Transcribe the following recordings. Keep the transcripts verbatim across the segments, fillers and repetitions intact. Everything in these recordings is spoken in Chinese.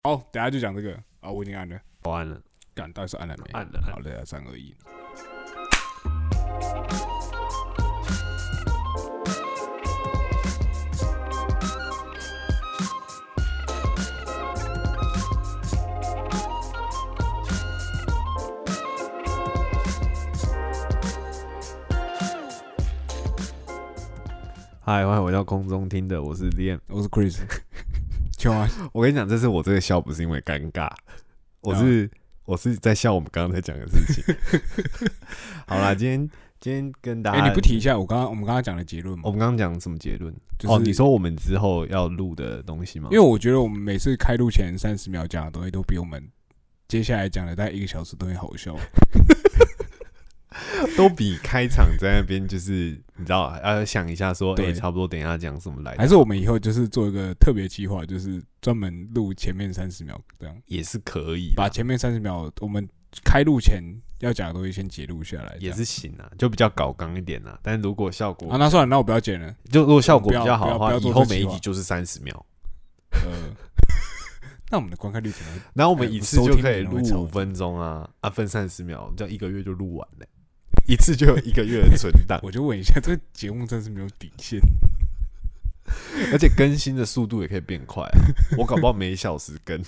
好，等一下就讲这个啊，我已经按了， 我按了， 干到底是按了没？ 按了，按了好的，三二一。 嗨，欢迎回到空中听的，我是 Liam， 我是 Chris。秋啊， 我跟你讲，这次我这个笑不是因为尴尬，我是、啊、我是在笑我们刚刚在讲的事情。好啦，今天今天跟大家， 哎、欸，你不提一下我刚刚我们刚刚讲的结论吗？ 我们刚刚讲什么结论？ 就是、 哦，你说我们之后要录的东西吗？ 因为我觉得我们每次开录前三十秒讲的东西都比我们接下来讲的大概一个小时都会好笑。 都比开场在那边就是你知道要想一下说，哎、欸，差不多等一下讲什么来的， 还是我们以后就是做一个特别企划，就是专门录前面三十秒，这样也是可以， 把前面三十秒我们开录前要讲的东西先截录下来， 也是行啊，就比较搞纲一点啊。但如果效果啊，那算了，那我不要剪了。 就如果效果比较好的话，以后每一集就是三十秒。 呃，那我们的观看率可能， 然后我们一次就可以录五分钟啊，啊，分三十秒，这样一个月就录完了。一次就有一个月的存档。 我就问一下，这个节目真是没有底线， 而且更新的速度也可以变快啊！我搞不好每小时更，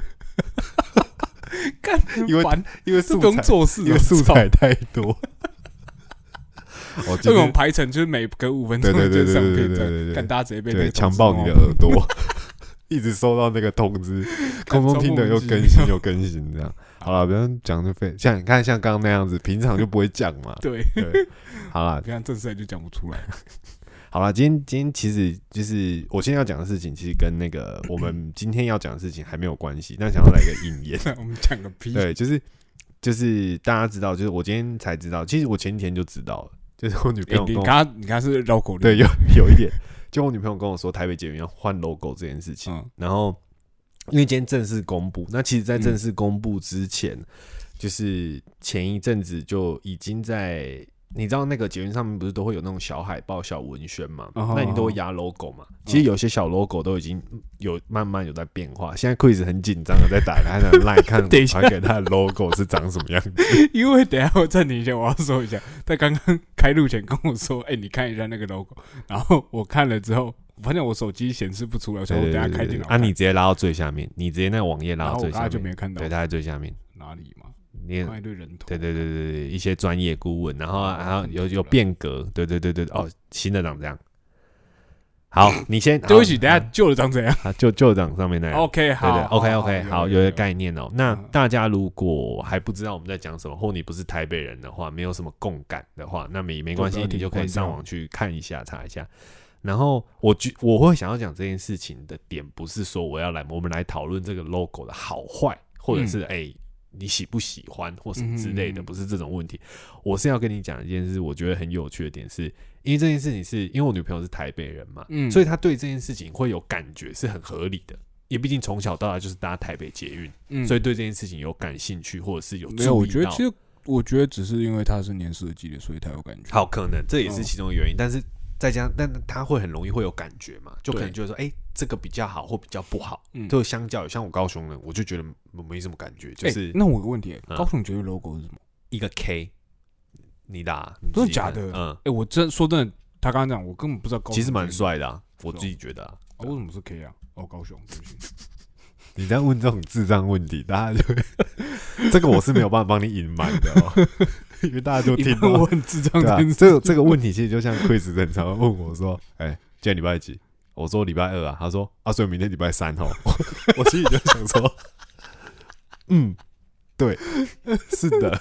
干因为因为素材不用做事， 因为素材太多。 我这种排程就是每隔五分钟就上片，这样干大家直接被对强暴你的耳朵，一直收到那个通知，空中听的又更新又更新这样。好了，不要讲就废。像你看，像刚刚那样子，平常就不会讲嘛。 对对，好了， 平常正式来就讲不出来。 好了，今天今天其实就是我现在要讲的事情，其实跟那个我们今天要讲的事情还没有关系。但想要来个引言， 我们讲个屁。 对，就是就是大家知道，就是我今天才知道，其实我前几天就知道了，就是我女朋友跟我， 欸、你刚你刚是 logo 对，有有一点，就我女朋友跟我说台北捷运要换 logo 这件事情，嗯、然后。因为今天正式公布，那其实在正式公布之前、嗯、就是前一阵子就已经在，你知道那个捷运上面不是都会有那种小海报小文宣嘛、哦、那你都会压 logo 嘛、哦、其实有些小 logo 都已经有慢慢有在变化，现在 Chris 很紧张的在打开他的 line 看我传给他的 logo 是长什么样子。 因为等一下我暂停一下，我要说一下，他刚刚开录前跟我说，哎、欸，你看一下那个 logo， 然后我看了之后我发现我手机显示不出来，我想我等一下开电脑啊，你直接拉到最下面，你直接那个网页拉到最下面， 然后我刚才就没看到， 对，它在最下面哪里嘛？ 你一堆人头， 对对对对对，一些专业顾问，然后然后有有变革，对对对对，哦，新的长这样。好，你先， 对不起，等一下旧的长怎样？ 啊，旧旧的长上面那样。 OK， 好， 对对 ，OK OK， 好，有一个概念哦。那大家如果还不知道我们在讲什么，或你不是台北人的话，没有什么共感的话，那没没关系，你就可以上网去看一下，查一下。然后我觉我会想要讲这件事情的点，不是说我要来我们来讨论这个 logo 的好坏，或者是哎、嗯欸、你喜不喜欢或什么之类的，不是这种问题。我是要跟你讲一件事，我觉得很有趣的点是，因为这件事情是因为我女朋友是台北人嘛，嗯、所以她对这件事情会有感觉是很合理的。也毕竟从小到大就是搭台北捷运、嗯，所以对这件事情有感兴趣，或者是有注意到。 没有，我觉得其实我觉得只是因为她是念设计的，所以她有感觉。 好，可能这也是其中的原因，哦、但是。再加上，但他会很容易会有感觉嘛，就可能觉得说，哎、欸，这个比较好或比较不好，嗯、就相较像我高雄人，我就觉得没什么感觉。就是、 欸、那我有个问题、嗯，高雄捷运 logo 是什么？ 一个 K， 你打， 真的假的？嗯，哎、欸，我真说真的，他刚刚讲，我根本不知道高雄。 其实蛮帅的啊，我自己觉得啊。 啊，为什么是 K 啊？哦，高雄，对不起。 你在问这种智障问题，大家就这个我是没有办法帮你隐瞒的哦。因为大家就听到我很智障， 对啊，这个这个问题其实就像 Chris 很常问我说：“哎、欸，今天礼拜几？”我说：“礼拜二啊。”他说：“啊，所以明天礼拜三哦。”我心里就想说：“嗯，对，是的，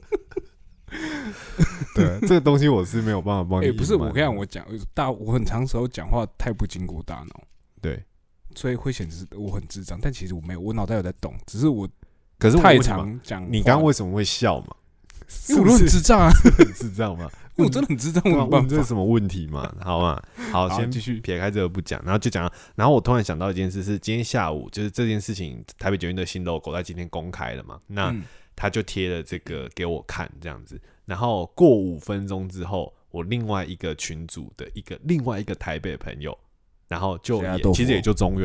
对，这个东西我是没有办法帮你。”哎、 欸，不是，我跟你讲，我讲大，我很长时候讲话太不经过大脑， 对， 所以会显示我很智障，但其实我没有，我脑袋有在动，只是我可是我太常讲。 你刚刚为什么会笑嘛？ 因为我都很智障啊， 很智障嘛？ 因为我真的很智障，我问这是什么问题嘛？好嘛，好，先继续撇开这个不讲，然后就讲。然后我突然想到一件事，是今天下午，就是这件事情，台北捷运的新 logo 在今天公开了嘛？那他就贴了这个给我看，这样子。然后过五分钟之后，我另外一个群组的一个另外一个台北朋友，然后就也其实也就中原啊，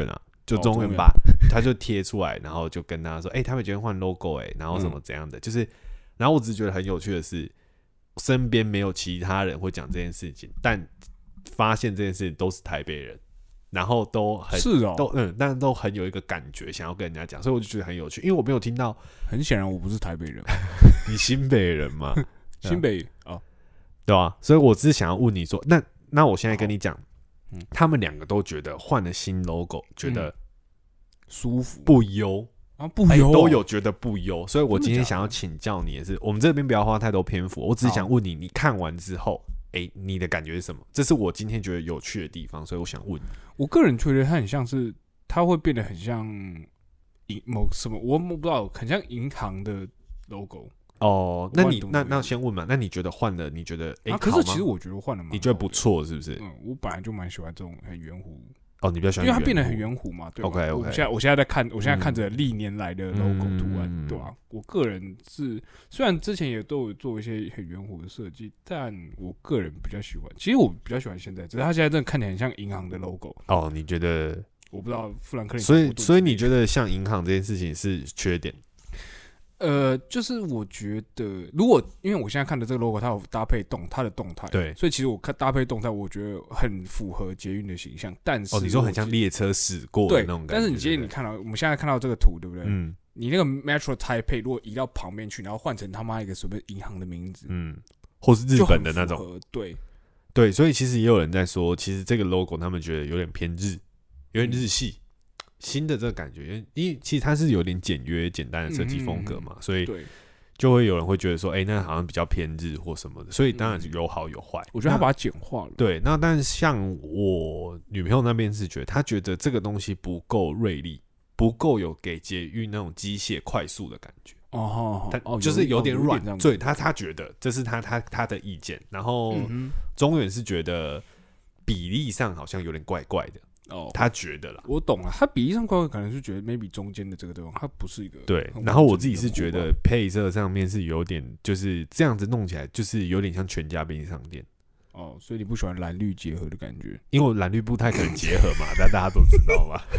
就中原把、哦、他就贴出来，然后就跟他说，哎、欸，台北捷运换 logo 哎、欸，然后什么怎样的，嗯、就是，然后我只是觉得很有趣的是，身边没有其他人会讲这件事情，但发现这件事情都是台北人。然后都很是哦， 都嗯，但都很有一个感觉，想要跟人家讲，所以我就觉得很有趣，因为我没有听到。 很显然，我不是台北人， 你新北人嘛？ 新北哦， 对吧、啊？所以我只是想要问你说，那那我现在跟你讲、嗯，他们两个都觉得换了新 logo， 觉得、嗯、 舒服不优啊，不优、哦、 都有觉得不优，所以我今天想要请教你的是，我们这边不要花太多篇幅，我只是想问你，你看完之后。欸、你的感觉是什么？这是我今天觉得有趣的地方，所以我想问你。 我个人觉得它很像是，它会变得很像某什么，我不知道，很像银行的 logo。 哦，那你那那先问嘛，那你觉得换了？你觉得哎、欸啊， 可是其实我觉得换了， 你觉得不错是不是？ 嗯，我本来就蛮喜欢这种很圆弧。 哦，你比较喜欢， 因为它变得很圆弧嘛，对吧 ？OK OK。 我现在我现在在看，我现在看着历年来的 logo 图案， 嗯、 对吧、啊？我个人是虽然之前也都有做一些很圆弧的设计，但我个人比较喜欢。其实我比较喜欢现在，只是它现在真的看起来很像银行的 logo。 哦，你觉得？ 我不知道富兰克林。 所以，所以你觉得像银行这件事情是缺点？ 呃，就是我觉得，如果因为我现在看的这个 logo， 它有搭配动它的动态， 对， 所以其实我看搭配动态，我觉得很符合捷运的形象。但是哦，你说很像列车驶过的那种感觉。 但是你今天你看到我们现在看到这个图，对不对？ 嗯， 你那个 Metro Taipei 如果移到旁边去，然后换成他妈一个什么银行的名字， 嗯，或是日本的那种， 对对，所以其实也有人在说，其实这个 logo 他们觉得有点偏日，有点日系。嗯，新的这个感觉，因为其实它是有点简约、简单的设计风格嘛，嗯、所以就会有人会觉得说，哎、欸，那好像比较偏日或什么的，所以当然有好有坏。 我觉得他把它简化了。 对，那但是像我女朋友那边是觉得，她觉得这个东西不够锐利，不够有给捷运那种机械快速的感觉。 哦， 哦，就是有点软。对，他他觉得这是他他他的意见，然后、嗯、中原是觉得比例上好像有点怪怪的。哦，他觉得啦， 我懂了。他比例上怪怪，可能是觉得 maybe 中间的这个地方，它不是一个对。然后我自己是觉得配色上面是有点，就是这样子弄起来，就是有点像全家便利商店。 哦，所以你不喜欢蓝绿结合的感觉？ 因为我蓝绿不太可能结合嘛，但大家都知道吧。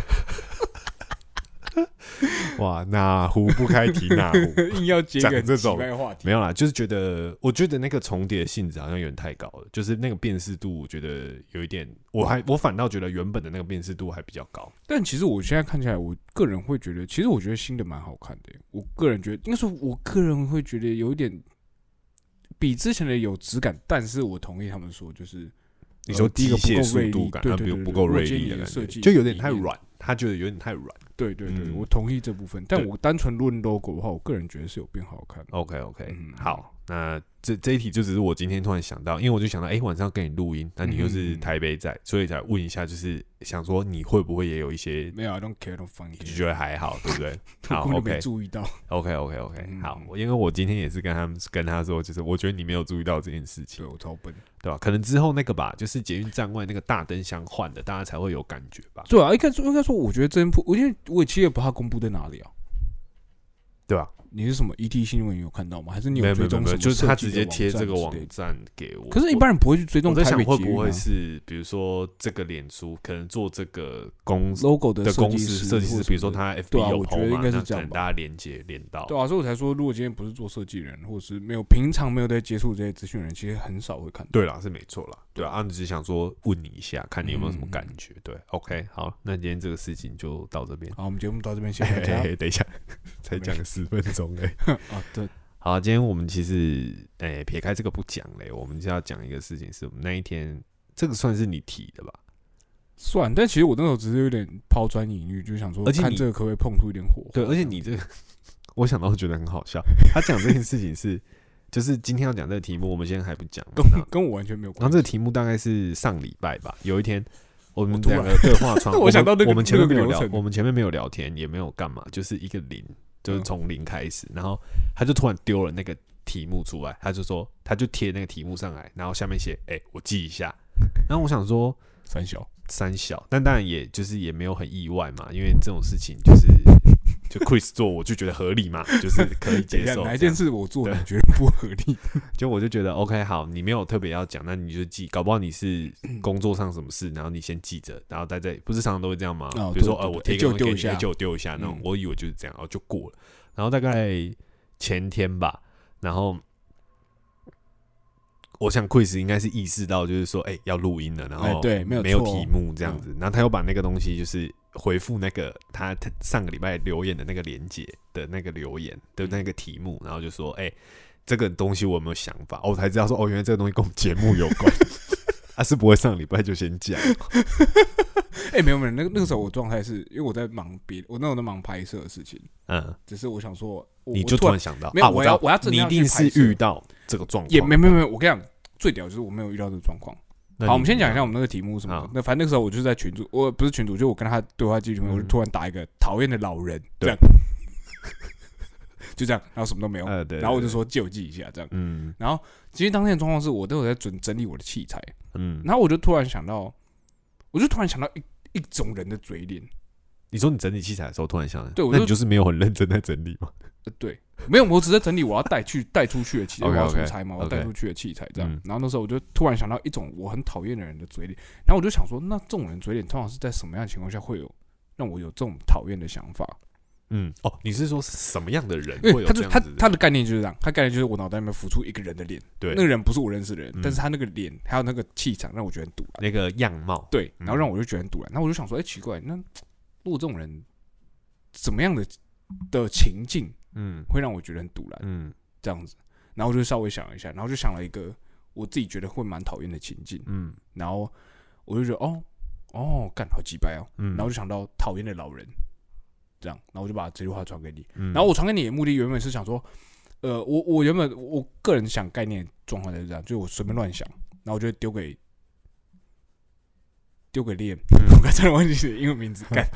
哇，哪壶不开提哪壶， 硬要接个这种话题， 没有啦，就是觉得，我觉得那个重叠的性质好像有点太高了，就是那个辨识度，我觉得有一点，我还我反倒觉得原本的那个辨识度还比较高。 但其实我现在看起来，我个人会觉得，其实我觉得新的蛮好看的。我个人觉得，应该说，我个人会觉得有一点比之前的有质感，但是我同意他们说，就是你说机械速度感， 对对对， 不够锐利的感觉，就有点太软，他觉得有点太软。 对对对、嗯，我同意这部分，但我单纯论 logo 的话，我个人觉得是有变好看的。 OK OK，、嗯、好，那这这一题就只是我今天突然想到，因为我就想到，哎、欸，晚上要跟你录音，那你又是台北仔、嗯，所以才问一下，就是想说你会不会也有一些没有 ，I don't care, don't fun， 就觉得还好，对不对？好 ，OK， 没注意到 ，OK OK OK，、嗯、好，因为我今天也是跟他们跟他说，就是我觉得你没有注意到这件事情， 对我超笨， 对吧？可能之后那个吧，就是捷运站外那个大灯箱换的，大家才会有感觉吧？ 对啊，应该说应该说，我觉得这部，因为我也其实也不知道它公布在哪里啊， 对吧、啊？ 你是什么 E T 新闻有看到吗？还是你有追踪什么？ 就是他直接贴这个网站给我。 可是，一般人不会去追踪台北捷运、啊。 我在想会不会是，比如说这个脸书可能做这个公 logo 的公司设计师，比如说他 F B 有 P O 嘛， 那可能大家连接连到。 对啊，所以我才说，如果今天不是做设计人，或者是没有平常没有在接触这些资讯人，其实很少会看到。 对啦，是没错啦。对啊，你只是想说问你一下，看你有没有什么感觉。嗯、对 ，OK， 好，那今天这个事情就到这边。 好，我们节目到这边，谢谢大家。 等一下，才讲十分钟哎、 欸。啊，对。 好，今天我们其实，诶、欸，撇开这个不讲嘞，我们就要讲一个事情，是我们那一天，这个算是你提的吧？ 算，但其实我那时候只是有点抛砖引玉，就想说，看这个可不可以碰出一点火花。 对，而且你这个，我想到觉得很好笑。他讲这件事情是，就是今天要讲这个题目，我们现在还不讲， 跟跟我完全没有关系。 然后这个题目大概是上礼拜吧，有一天。我们两个对话窗， 我想到那个我们前面没有聊，我们前面没有聊天，也没有干嘛，就是一个零，就是从零开始，然后他就突然丢了那个题目出来，他就说，他就贴那个题目上来，然后下面写，哎、欸，我记一下。然后我想说， 三小， 三小，但当然也就是也没有很意外嘛，因为这种事情就是就 Chris 做，我就觉得合理嘛，就是可以接受。 哪一件事我做，你觉得不合理？ 就我就觉得 OK， 好，你没有特别要讲，那你就记，搞不好你是工作上什么事，然后你先记着，然后在这里，不是常常都会这样吗？ 哦、 比如说， 对对对呃，我贴一个东西给你， 就就丢一下那种，我以为就是这样，然后就过了。然后大概前天吧，然后。我想 Chris 应该是意识到，就是说，哎、欸，要录音了，然后对，没有没有题目这样子，然后他又把那个东西就是回复那个他上个礼拜留言的那个连结的那个留言的那个题目，然后就说，哎、欸，这个东西我有没有想法？哦，我才知道说，哦，原来这个东西跟我们节目有关，他、啊、是不会上礼拜就先讲。 哎、欸，没有没有，那个那个时候我状态是因为我在忙别，我那时候在忙拍摄的事情，嗯，只是我想说， 你就突然想到， 没有， 啊、 我要我要你一定是遇到这个状况， 也没没没，我跟你讲。最屌就是我没有遇到这个状况。好，我们先讲一下我们那个题目什么的。那反正那个时候我就是在群组，我不是群组，就我跟他对话记录里面，我就突然打一个讨厌的老人，这样，就这样，然后什么都没有。 呃、对对对， 然后我就说借我记一下，这样。嗯。然后其实当天的状况是我都有在准整理我的器材，嗯。然后我就突然想到，我就突然想到一一种人的嘴脸。 你说你整理器材的时候突然想到， 对， 那你就是没有很认真在整理吗？ 呃，对。没有，我只是整理我要带去带出去的器材， okay, okay, 我要出差嘛，我要带出去的器材这样。嗯、然后那时候我就突然想到一种我很讨厌的人的嘴脸，然后我就想说，那这种人嘴脸通常是在什么样的情况下会有让我有这种讨厌的想法？ 嗯，哦，你是说什么样的人会有这样子的？ 他就他他的概念就是这样，他概念就是我脑袋里面浮出一个人的脸，对，那个人不是我认识的人，嗯、但是他那个脸还有那个气场让我觉得很堵然， 那个样貌， 对，然后让我就觉得很堵然。然后我就想说，哎、欸，奇怪，那如果这种人怎么样的的情境？嗯，会让我觉得很堵然，嗯，这样子，然后我就稍微想了一下，然后就想了一个我自己觉得会蛮讨厌的情境，嗯，然后我就觉得哦哦，干好鸡掰哦，嗯，然后就想到讨厌的老人，这样，然后我就把这句话传给你，嗯，然后我传给你的目的原本是想说，呃，我我原本我个人想概念状况就是这样，就是我随便乱想，然后我就丢给丢给Liam，嗯、我刚才忘记英文名字，干。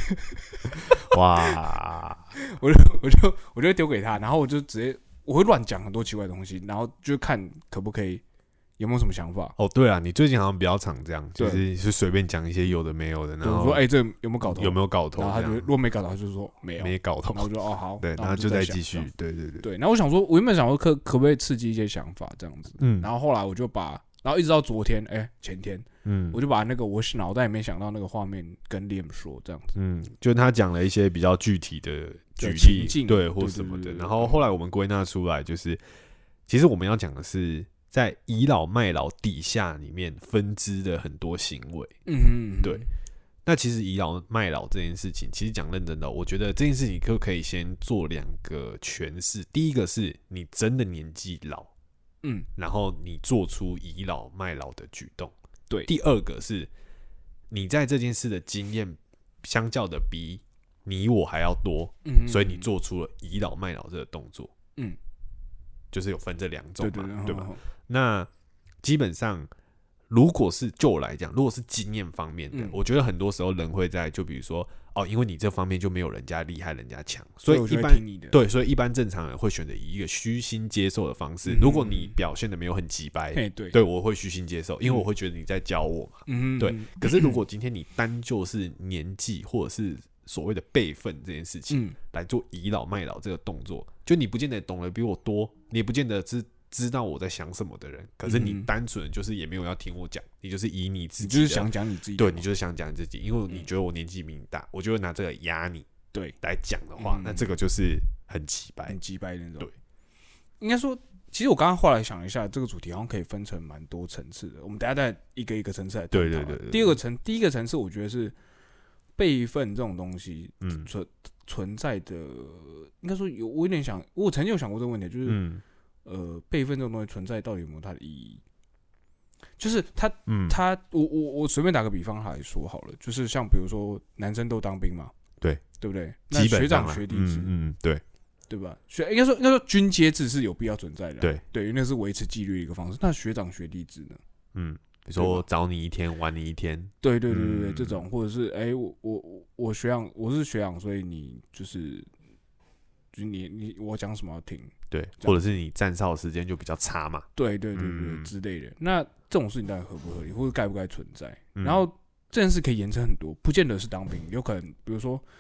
哇！ 我就我就我就丢给他，然后我就直接我会乱讲很多奇怪的东西，然后就看可不可以有没有什么想法。 哦，对啊，你最近好像比较常这样，就是是随便讲一些有的没有的，然后我说哎、欸，这个有没有搞头？ 有没有搞头？ 然后他就如果没搞头，他就说没有， 没搞头。 然后我就哦好， 对，然后就再继续，对对对对。然后我想说，我原本想说可可不可以刺激一些想法这样子，嗯，然后后来我就把。然后一直到昨天，哎、欸，前天，嗯，我就把那个我脑袋里面想到那个画面跟 Liam 说，这样子， 嗯，就他讲了一些比较具体的举例，对，或什么的。然后后来我们归纳出来，就是其实我们要讲的是在倚老卖老底下里面分支的很多行为，嗯哼，对。那其实倚老卖老这件事情，其实讲认真的，我觉得这件事情就可以先做两个诠释。第一个是你真的年纪老。嗯，然后你做出倚老卖老的举动， 对。 第二个是，你在这件事的经验相较的比你我还要多，嗯，所以你做出了倚老卖老这个动作，嗯，就是有分这两种嘛，对, 对, 对, 对吧？那基本上，如果是就我来讲，如果是经验方面的，嗯、我觉得很多时候人会在，就比如说。哦，因为你这方面就没有人家厉害，人家强，所以一般对，所以一般正常人会选择以一个虚心接受的方式。嗯、如果你表现的没有很急掰，对，对我会虚心接受，因为我会觉得你在教我嘛。嗯、对。可是如果今天你单就是年纪或者是所谓的辈分这件事情、嗯、来做倚老卖老这个动作，就你不见得懂得比我多，你也不见得知知道我在想什么的人，可是你单纯就是也没有要听我讲，你就是以你自己的， 你就是想讲你自己， 对，你就是想讲你自己，因为你觉得我年纪比你大，我就会拿这个压你，对，来讲的话，嗯、那这个就是很鸡掰， 很鸡掰的那种。 对， 应该说，其实我刚刚后来想一下，这个主题好像可以分成蛮多层次的，我们等一下再一个一个层次来讨论。对对 对, 对, 对。第二个层，第一个层次，我觉得是辈分这种东西，嗯，存存在的，应该说有，我有点想，我曾经有想过这个问题，就是。嗯呃，辈分这种东西存在到底有没有它的意义？就是他，嗯，他，我我我随便打个比方来说好了，就是像比如说男生都当兵嘛， 对对不对？那学长学弟制， 嗯, 嗯，对对吧？学应该说应该说军阶制是有必要存在的， 对对，因为那是维持纪律的一个方式。那学长学弟制呢？ 嗯，比如说早你一天，晚你一天， 对对对对对，嗯、这种或者是哎、欸，我我我学长我是学长，所以你就是。就是你你我讲什么要听， 对，或者是你站哨的时间就比较差嘛， 对对对对、嗯、之类的。那这种事情到底合不合理，或者该不该存在？嗯、然后这件事可以延伸很多，不见得是当兵，有可能比如说，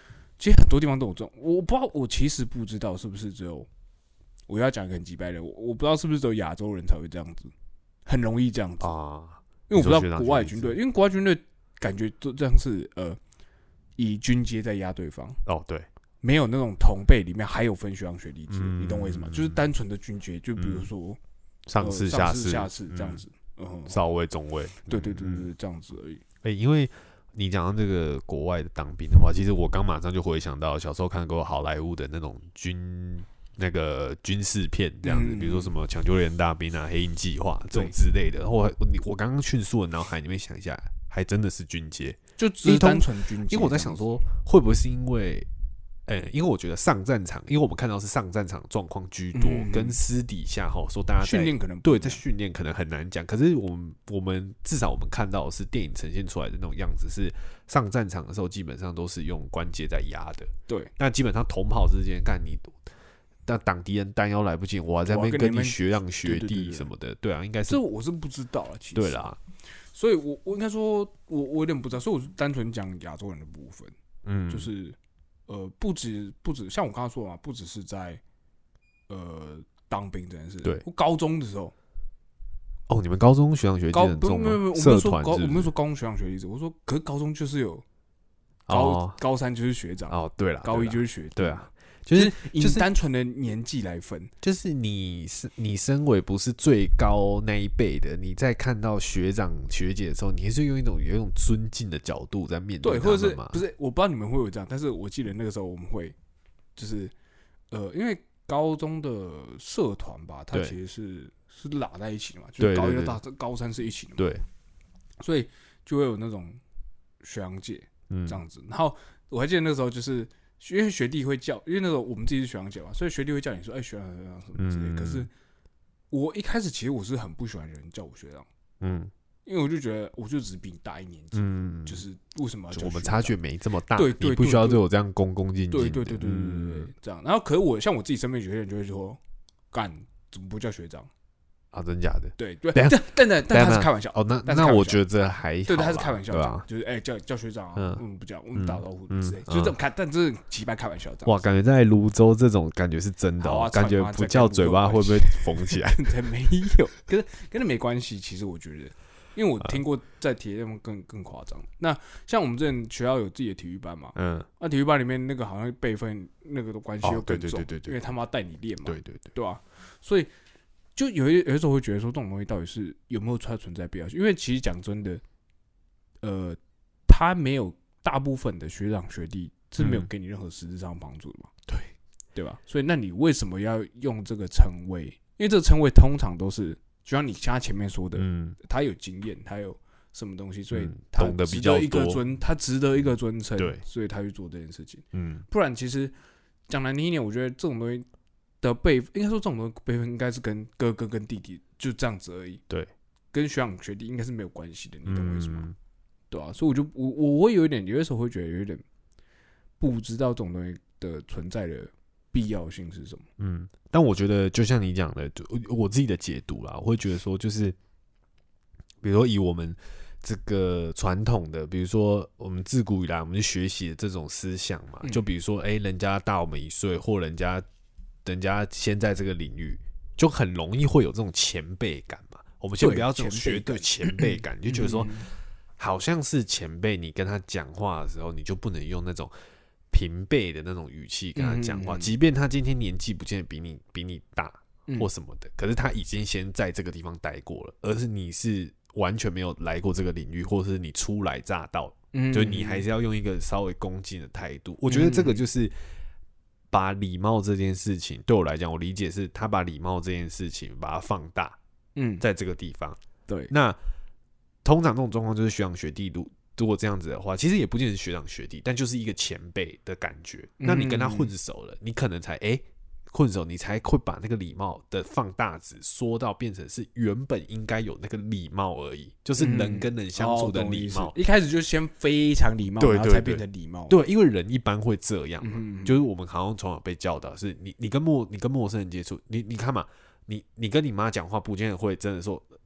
其实很多地方都有这种，我不知道，我其实不知道是不是只有我要讲一个很鸡掰的，我我不知道是不是只有亚洲人才会这样子，很容易这样子啊，因为我不知道国外军队，因为国外军队感觉都这样是呃以军阶在压对方哦，对， 没有那种同辈里面还有分学长学弟制，嗯、你懂我意思吗？就是单纯的军阶，就比如说、嗯、 上士、下士、 下士这样子， 嗯，少尉、中尉， 对对对对，这样子而已。 哎、欸，因为你讲到这个国外的当兵的话，其实我刚马上就回想到小时候看过好莱坞的那种军那个军事片这样子，嗯、比如说什么《抢救连大兵》啊、《黑鹰计划》这种之类的。我我刚刚迅速的脑海里面想一下，还真的是军阶， 就只是单纯军阶。 因为我在想说，会不会是因为，呃、欸，因为我觉得上战场，因为我们看到是上战场状况居多，嗯、跟私底下哈说大家训练可能对在训练可能很难讲。可是我们我们至少我们看到的是电影呈现出来的那种样子，是上战场的时候基本上都是用关节在压的。 对， 那基本上同跑之间干你。但挡敌人弹药来不及，我还在那边跟你学长学弟什么的， 对, 對, 對, 對, 對啊，应该是这我是不知道了，其实对啦， 所以我我应该说，我我有点不知道，所以我是单纯讲亚洲人的部分，嗯，就是呃，不止不止像我刚刚说的嘛，不只是在呃当兵这件事， 对， 我高中的时候， 哦，你们高中学长学弟很重吗？社团我没有说高中学长学弟制，我说可是高中就是有高、哦、高三就是学长， 哦，对了， 高一就是学弟， 对啊。就是以单纯的年纪来分， 就是你是你身为不是最高那一辈的，你在看到学长学姐的时候，你还是用一种有一种尊敬的角度在面对他们嘛？ 对，或者是不是？我不知道你们会不会这样，但是我记得那个时候我们会就是呃，因为高中的社团吧，它其实是是拉在一起的嘛，就是高一到大高三是一起的嘛， 对， 所以就会有那种学长姐这样子。嗯、然后我还记得那个时候就是。因为学弟会叫，因为那时候我们自己是学长姐嘛，所以学弟会叫你说：“哎、欸，学长学长什么之类。嗯”可是我一开始其实我是很不喜欢人叫我学长，嗯，因为我就觉得我就只比你大一年级，嗯，就是为什么要叫我们差距没这么大， 对对， 你不需要对我这样恭恭敬敬， 对对对对对对对，这样。然后可是我像我自己身边有些人就会说：“干，怎么不叫学长？” 啊，真假的？ 对对，但但但但他是开玩笑哦。那那我觉得还好， 对，他是开玩笑讲，就是哎叫叫学长啊，嗯不叫，我们打招呼之类，就是这种开，但这是奇葩开玩笑。 哇，感觉在泸州这种感觉是真的哦，感觉不叫嘴巴会不会缝起来？ 没有，可是跟那没关系。其实我觉得，因为我听过在体育上更更夸张。那像我们之前学校有自己的体育班嘛，嗯，那体育班里面那个好像辈分那个的关系又更重，对对对，因为他妈带你练嘛， 对对对， 对吧？所以。就有一有的时候会觉得说这种东西到底是有没有它存在必要性？因为其实讲真的，呃，他没有大部分的学长学弟是没有给你任何实质上帮助的嘛， 嗯、对对吧？所以那你为什么要用这个称谓？因为这个称谓通常都是就像你像他前面说的，嗯，他有经验，他有什么东西，所以他值得一个尊，他值得一个尊称， 对， 所以他去做这件事情，嗯，不然其实讲难听一点，我觉得这种东西。的辈分应该说这种东西辈分应该是跟哥哥跟弟弟就这样子而已， 对， 跟学长学弟应该是没有关系的，你懂我意思吗？嗯、对啊，所以我就我我会有一点，有的时候会觉得有一点不知道这种东西的存在的必要性是什么。 嗯，但我觉得就像你讲的，我自己的解读啦，我会觉得说，就是比如说以我们这个传统的，比如说我们自古以来我们就学习的这种思想嘛，嗯、就比如说哎、欸，人家大我们一岁，或人家。人家先在这个领域，就很容易会有这种前辈感嘛。我们先不要这种绝对前辈感，你就觉得说，好像是前辈，你跟他讲话的时候，你就不能用那种平辈的那种语气跟他讲话，即便他今天年纪不见得比你比你大或什么的，可是他已经先在这个地方待过了，而是你是完全没有来过这个领域，或者是你初来乍到，就你还是要用一个稍微恭敬的态度。我觉得这个就是。把礼貌这件事情，对我来讲，我理解是他把礼貌这件事情把它放大，嗯，在这个地方， 对。 那通常这种状况就是学长学弟，如果这样子的话，其实也不见得是学长学弟，但就是一个前辈的感觉。嗯、那你跟他混熟了，你可能才哎、欸、混熟，你才会把那个礼貌的放大值缩到变成是原本应该有那个礼貌而已，就是人跟人相处的礼貌。 嗯哦、一开始就先非常礼貌， 对对对， 然后才变成礼貌。 对，因为人一般会这样嘛，嗯、就是我们好像从小被教导是你，你跟陌你跟陌生人接触，你你看嘛，你你跟你妈讲话，不见得会真的说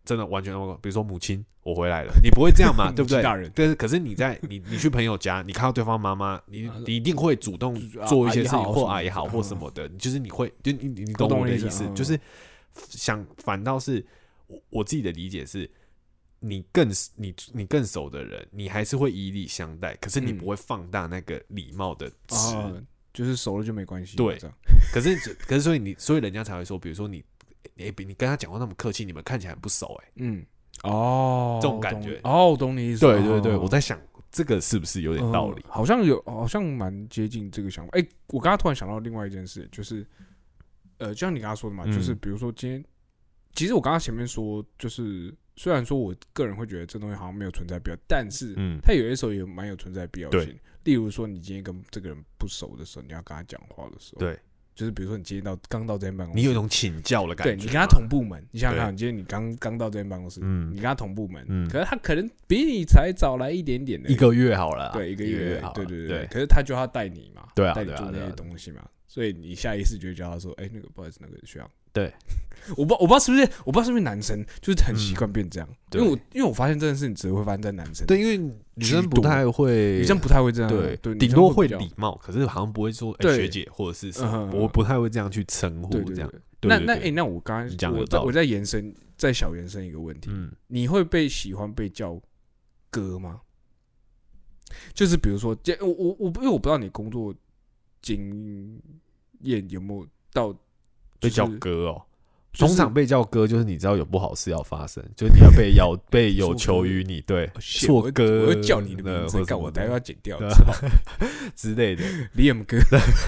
真的完全，比如说母亲，我回来了，你不会这样嘛，对不对？ 大人， 但是可是你在你你去朋友家，你看到对方妈妈，你你一定会主动做一些事情，或啊也好，或什么的，就是你会，就你你懂我的意思，就是想反倒是我我自己的理解是，你更你你更熟的人，你还是会以礼相待，可是你不会放大那个礼貌的词， 就是熟了就没关系。 对，可是可是所以你所以人家才会说，比如说你。欸、你跟他讲话那么客气，你们看起来很不熟哎、欸。 嗯，哦， 这种感觉， 哦，我懂你意思。 对对对，哦、我在想这个是不是有点道理？ 嗯、好像有，好像蛮接近这个想法。哎、欸，我刚刚突然想到另外一件事，就是呃，就像你刚刚说的嘛，嗯、就是比如说今天，其实我刚刚前面说，就是虽然说我个人会觉得这东西好像没有存在必要，但是它有些时候也蛮有存在必要性。嗯、例如说，你今天跟这个人不熟的时候，你要跟他讲话的时候， 对。 就是比如说你今天到刚到这间办公室， 你有一种请教的感觉。 对，你跟他同部门，你想想看，你今天你刚刚到这间办公室，嗯，你跟他同部门，嗯，可是他可能比你才早来一点点的， 一个月好了， 对，一个月， 好， 对对对。可是他就要带你嘛， 对啊， 带你做那些东西嘛，所以你下意识就会叫他说，哎，那个不好意思，那个学长， 对， 我不我不知道是不是我不知道是不是男生就是很习惯变这样，因为我因为我发现这件事情只会发生在男生， 对，因为女生不太会， 女生不太会这样， 对对， 顶多会礼貌，可是好像不会说学姐或者是什么，我不太会这样去称呼这样。 那那哎，那我刚刚我我再延伸再小延伸一个问题，你会被喜欢被叫哥吗？就是比如说，我我我因为我不知道你工作经验有没有到被叫哥哦。通常被叫哥，就是你知道有不好事要发生，就是你要被要被有求于你，对，错哥， 我会叫你的名字，干我待会要剪掉之类的 ，Liam 哥，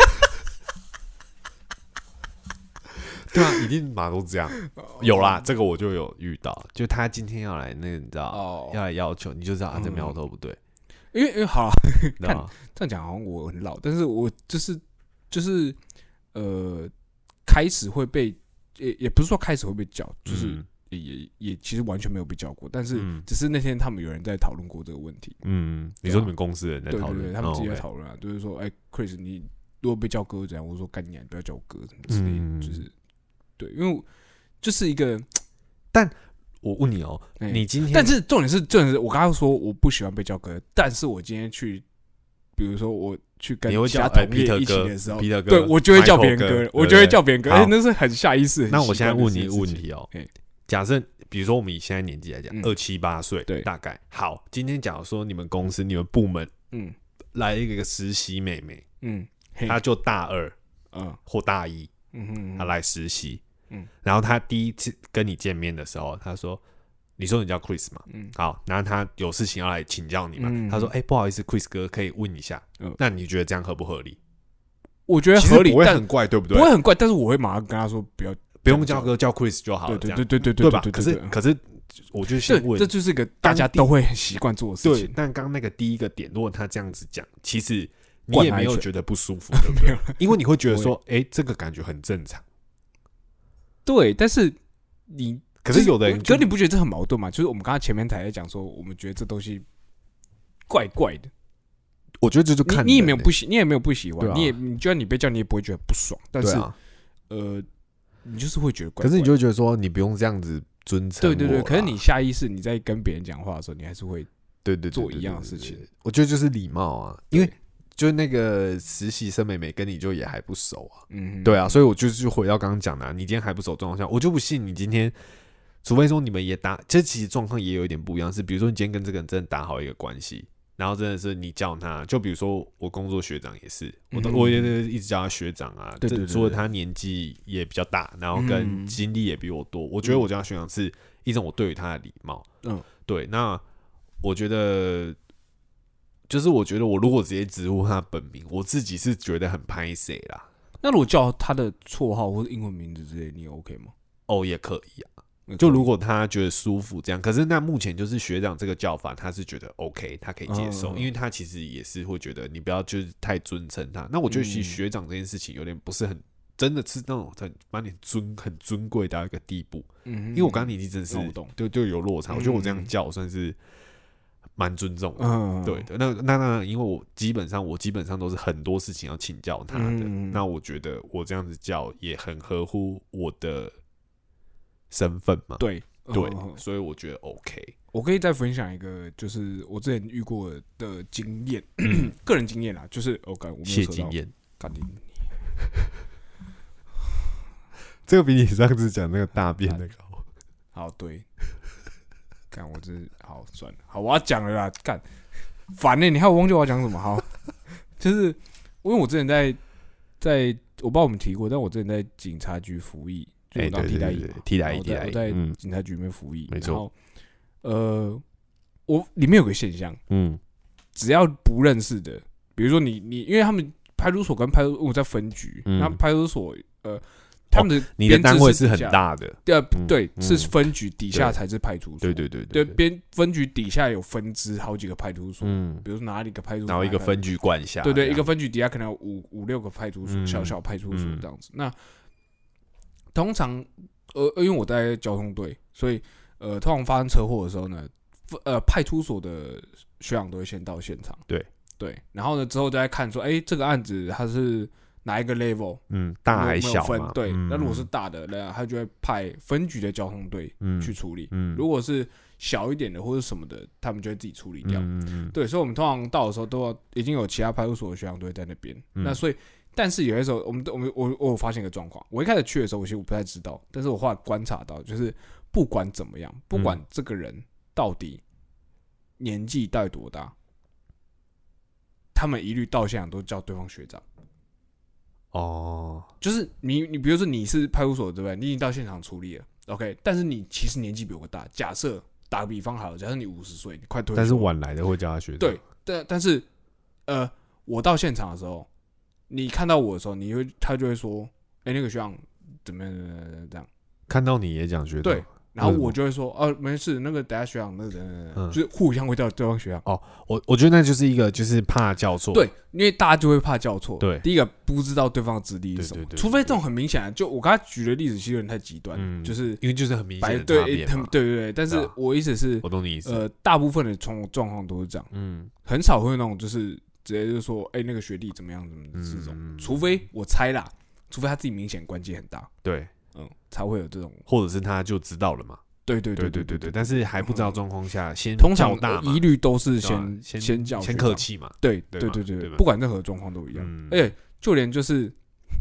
对啊，一定马都这样。有啦，这个我就有遇到，就他今天要来，那个你知道，要来要求，你就知道啊，这苗头不对。 因为因为好了，看这样讲好像我很老，但是我就是就是呃，开始会被。也也不是说开始会被叫，就是也、嗯、也也其实完全没有被叫过，但是只是那天他们有人在讨论过这个问题。 嗯，你说你们公司的人在讨论， 对对对，他们自己在讨论啊，哦 okay、就是说，哎、欸、，Chris， 你如果被叫哥怎样？我说干你啊，你不要叫我哥什么之类的，嗯、就是对，因为就是一个， 但我问你哦，欸、你今天， 但是重点是重点是我刚刚说我不喜欢被叫哥，但是我今天去，比如说我。去跟其他同业一起的时候，对我就会叫别人哥，我就会叫别人哥，而且那是很下意识。 那我现在问你一个问题哦，假设比如说我们以现在年纪来讲，二七八岁，对，大概好。今天假如说你们公司、你们部门，嗯，来一个实习妹妹，嗯，她就大二，嗯，或大一，嗯哼，她来实习，嗯，然后她第一次跟你见面的时候，她说。你说你叫 Chris 嘛？嗯，好，然后他有事情要来请教你嘛？嗯、他说：“哎、欸，不好意思 ，Chris 哥，可以问一下。嗯”那你觉得这样合不合理？ 我觉得合理， 不会很怪，对不对？ 不会很怪，但是我会马上跟他说：“不要， 不用叫哥，叫 Chris 就好了。” 对对对对对对吧？可是可是，我就先问， 这就是一个大家都会很习惯做的事情。 对，但刚刚那个第一个点，如果他这样子讲，其实你也没有觉得不舒服，对不对？因为你会觉得说：“哎、欸，这个感觉很正常。” 对，但是你。 可是有的人， 可是你不觉得这很矛盾吗？就是我们刚才前面才在讲说，我们觉得这东西怪怪的。 我觉得这就看你, 你也没有不喜，你也没有不喜欢， 啊、 你也你就算你被叫，你也不会觉得不爽。但是，啊、呃，你就是会觉得怪怪的。 可是你就会觉得说，你不用这样子尊称。 对对对，可是你下意识你在跟别人讲话的时候，你还是会对对做一样的事情。 我觉得就是礼貌啊，因为就那个实习生妹妹跟你就也还不熟啊。嗯，对啊，所以我就是回到刚刚讲的、啊，你今天还不熟状况下，我就不信你今天。除非说你们也打，这其实状况也有一点不一样，是比如说你今天跟这个人真的打好一个关系，然后真的是你叫他，就比如说我工作学长也是，我都、嗯、我也一直叫他学长啊，对对对对，除了他年纪也比较大，然后跟经历也比我多，嗯、我觉得我叫他学长是一种我对于他的礼貌，嗯，对，那我觉得就是我觉得我如果直接直呼他本名，我自己是觉得很拍谁啦。 那如果叫他的绰号或者英文名字之类，你 OK 吗？ 哦，也可以啊。就如果他觉得舒服这样，可是那目前就是学长这个叫法，他是觉得 OK， 他可以接受，嗯、因为他其实也是会觉得你不要就是太尊称他。那我觉得其实学长这件事情有点不是很真的是那种很把你尊很尊贵到一个地步，嗯，因为我刚刚年纪真的是就就有落差，嗯、我觉得我这样叫算是蛮尊重的，嗯、对的。那那那因为我基本上我基本上都是很多事情要请教他的，嗯、那我觉得我这样子叫也很合乎我的。身份嘛， 对， 对，嗯、所以我觉得 OK。 我可以再分享一个，就是我之前遇过的经验，个人经验啦，就是我感、哦、我没有谢经验， 干你。 这个比你上次讲那个大便那个好。 好，对。干我这好算了，好我要讲了啦，干烦呢、欸，你还有忘记我要讲什么？好，就是因为我之前在在，我不知道我们提过，但我之前在警察局服役，就我当替代役嘛， 替代役，替代役， 我在警察局里面服役， 没错。 呃，我里面有个现象，嗯，只要不认识的，比如说你你，因为他们派出所跟派出所我在分局，嗯、那派出所呃。他们的你的单位是很大的， 对、嗯、对，是分局底下才是派出所， 对对对对，边分局底下有分支好几个派出所，嗯，比如说哪里个派出所， 然后一个分局管辖， 对对，一个分局底下可能有五五六个派出所，小小派出所这样子。那通常呃，因为我在交通队，所以呃，通常发生车祸的时候呢，呃，派出所的学长都会先到现场， 对对，然后呢之后再看说，哎，这个案子它是哪一个 level？ 嗯，大还小嘛？ 对， 嗯、 那如果是大的，那他就会派分局的交通队去处理。 嗯， 如果是小一点的或者什么的，他们就会自己处理掉。 嗯嗯对，所以我们通常到的时候都要已经有其他派出所的学长队在那边。嗯、那所以，但是有些时候，我们我们我我有发现一个状况，我一开始去的时候，我其实我不太知道，但是我后来观察到，就是不管怎么样，不管这个人到底年纪到底多大，他们一律到现场都叫对方学长。 哦， 就是你，你比如说你是派出所对不对？你已经到现场处理了 ，OK， 但是你其实年纪比我大。假设打个比方好了，假设你五十岁，你快退休， 但是晚来的会叫他学长。 对，但但是呃，我到现场的时候，你看到我的时候，你会他就会说，哎、欸，那个学长怎么样这样？ 看到你也讲学长， 对。然后我就会说，哦、啊，没事，那个等下学长，那个等等，就是互相会叫对方学长。 哦，我我觉得那就是一个就是怕叫错， 对，因为大家就会怕叫错。 对， 第一个不知道对方的资历是什么，除非这种很明显的，就我刚才举的例子其实有点太极端，嗯、就是因为就是很明显的对， 差别嘛， 对对对。但是我意思是， 我懂你意思。 呃，大部分的状状况都是这样，嗯，很少会有那种就是直接就说，哎、欸，那个学弟怎么样怎么这种，嗯、除非我猜啦，除非他自己明显关系很大， 对， 嗯，才会有这种， 或者是他就知道了嘛。 对对对对对对，但是还不知道状况下，先通常一律都是先先先叫先客气嘛， 对对对对对，不管任何状况都一样。而且就连就是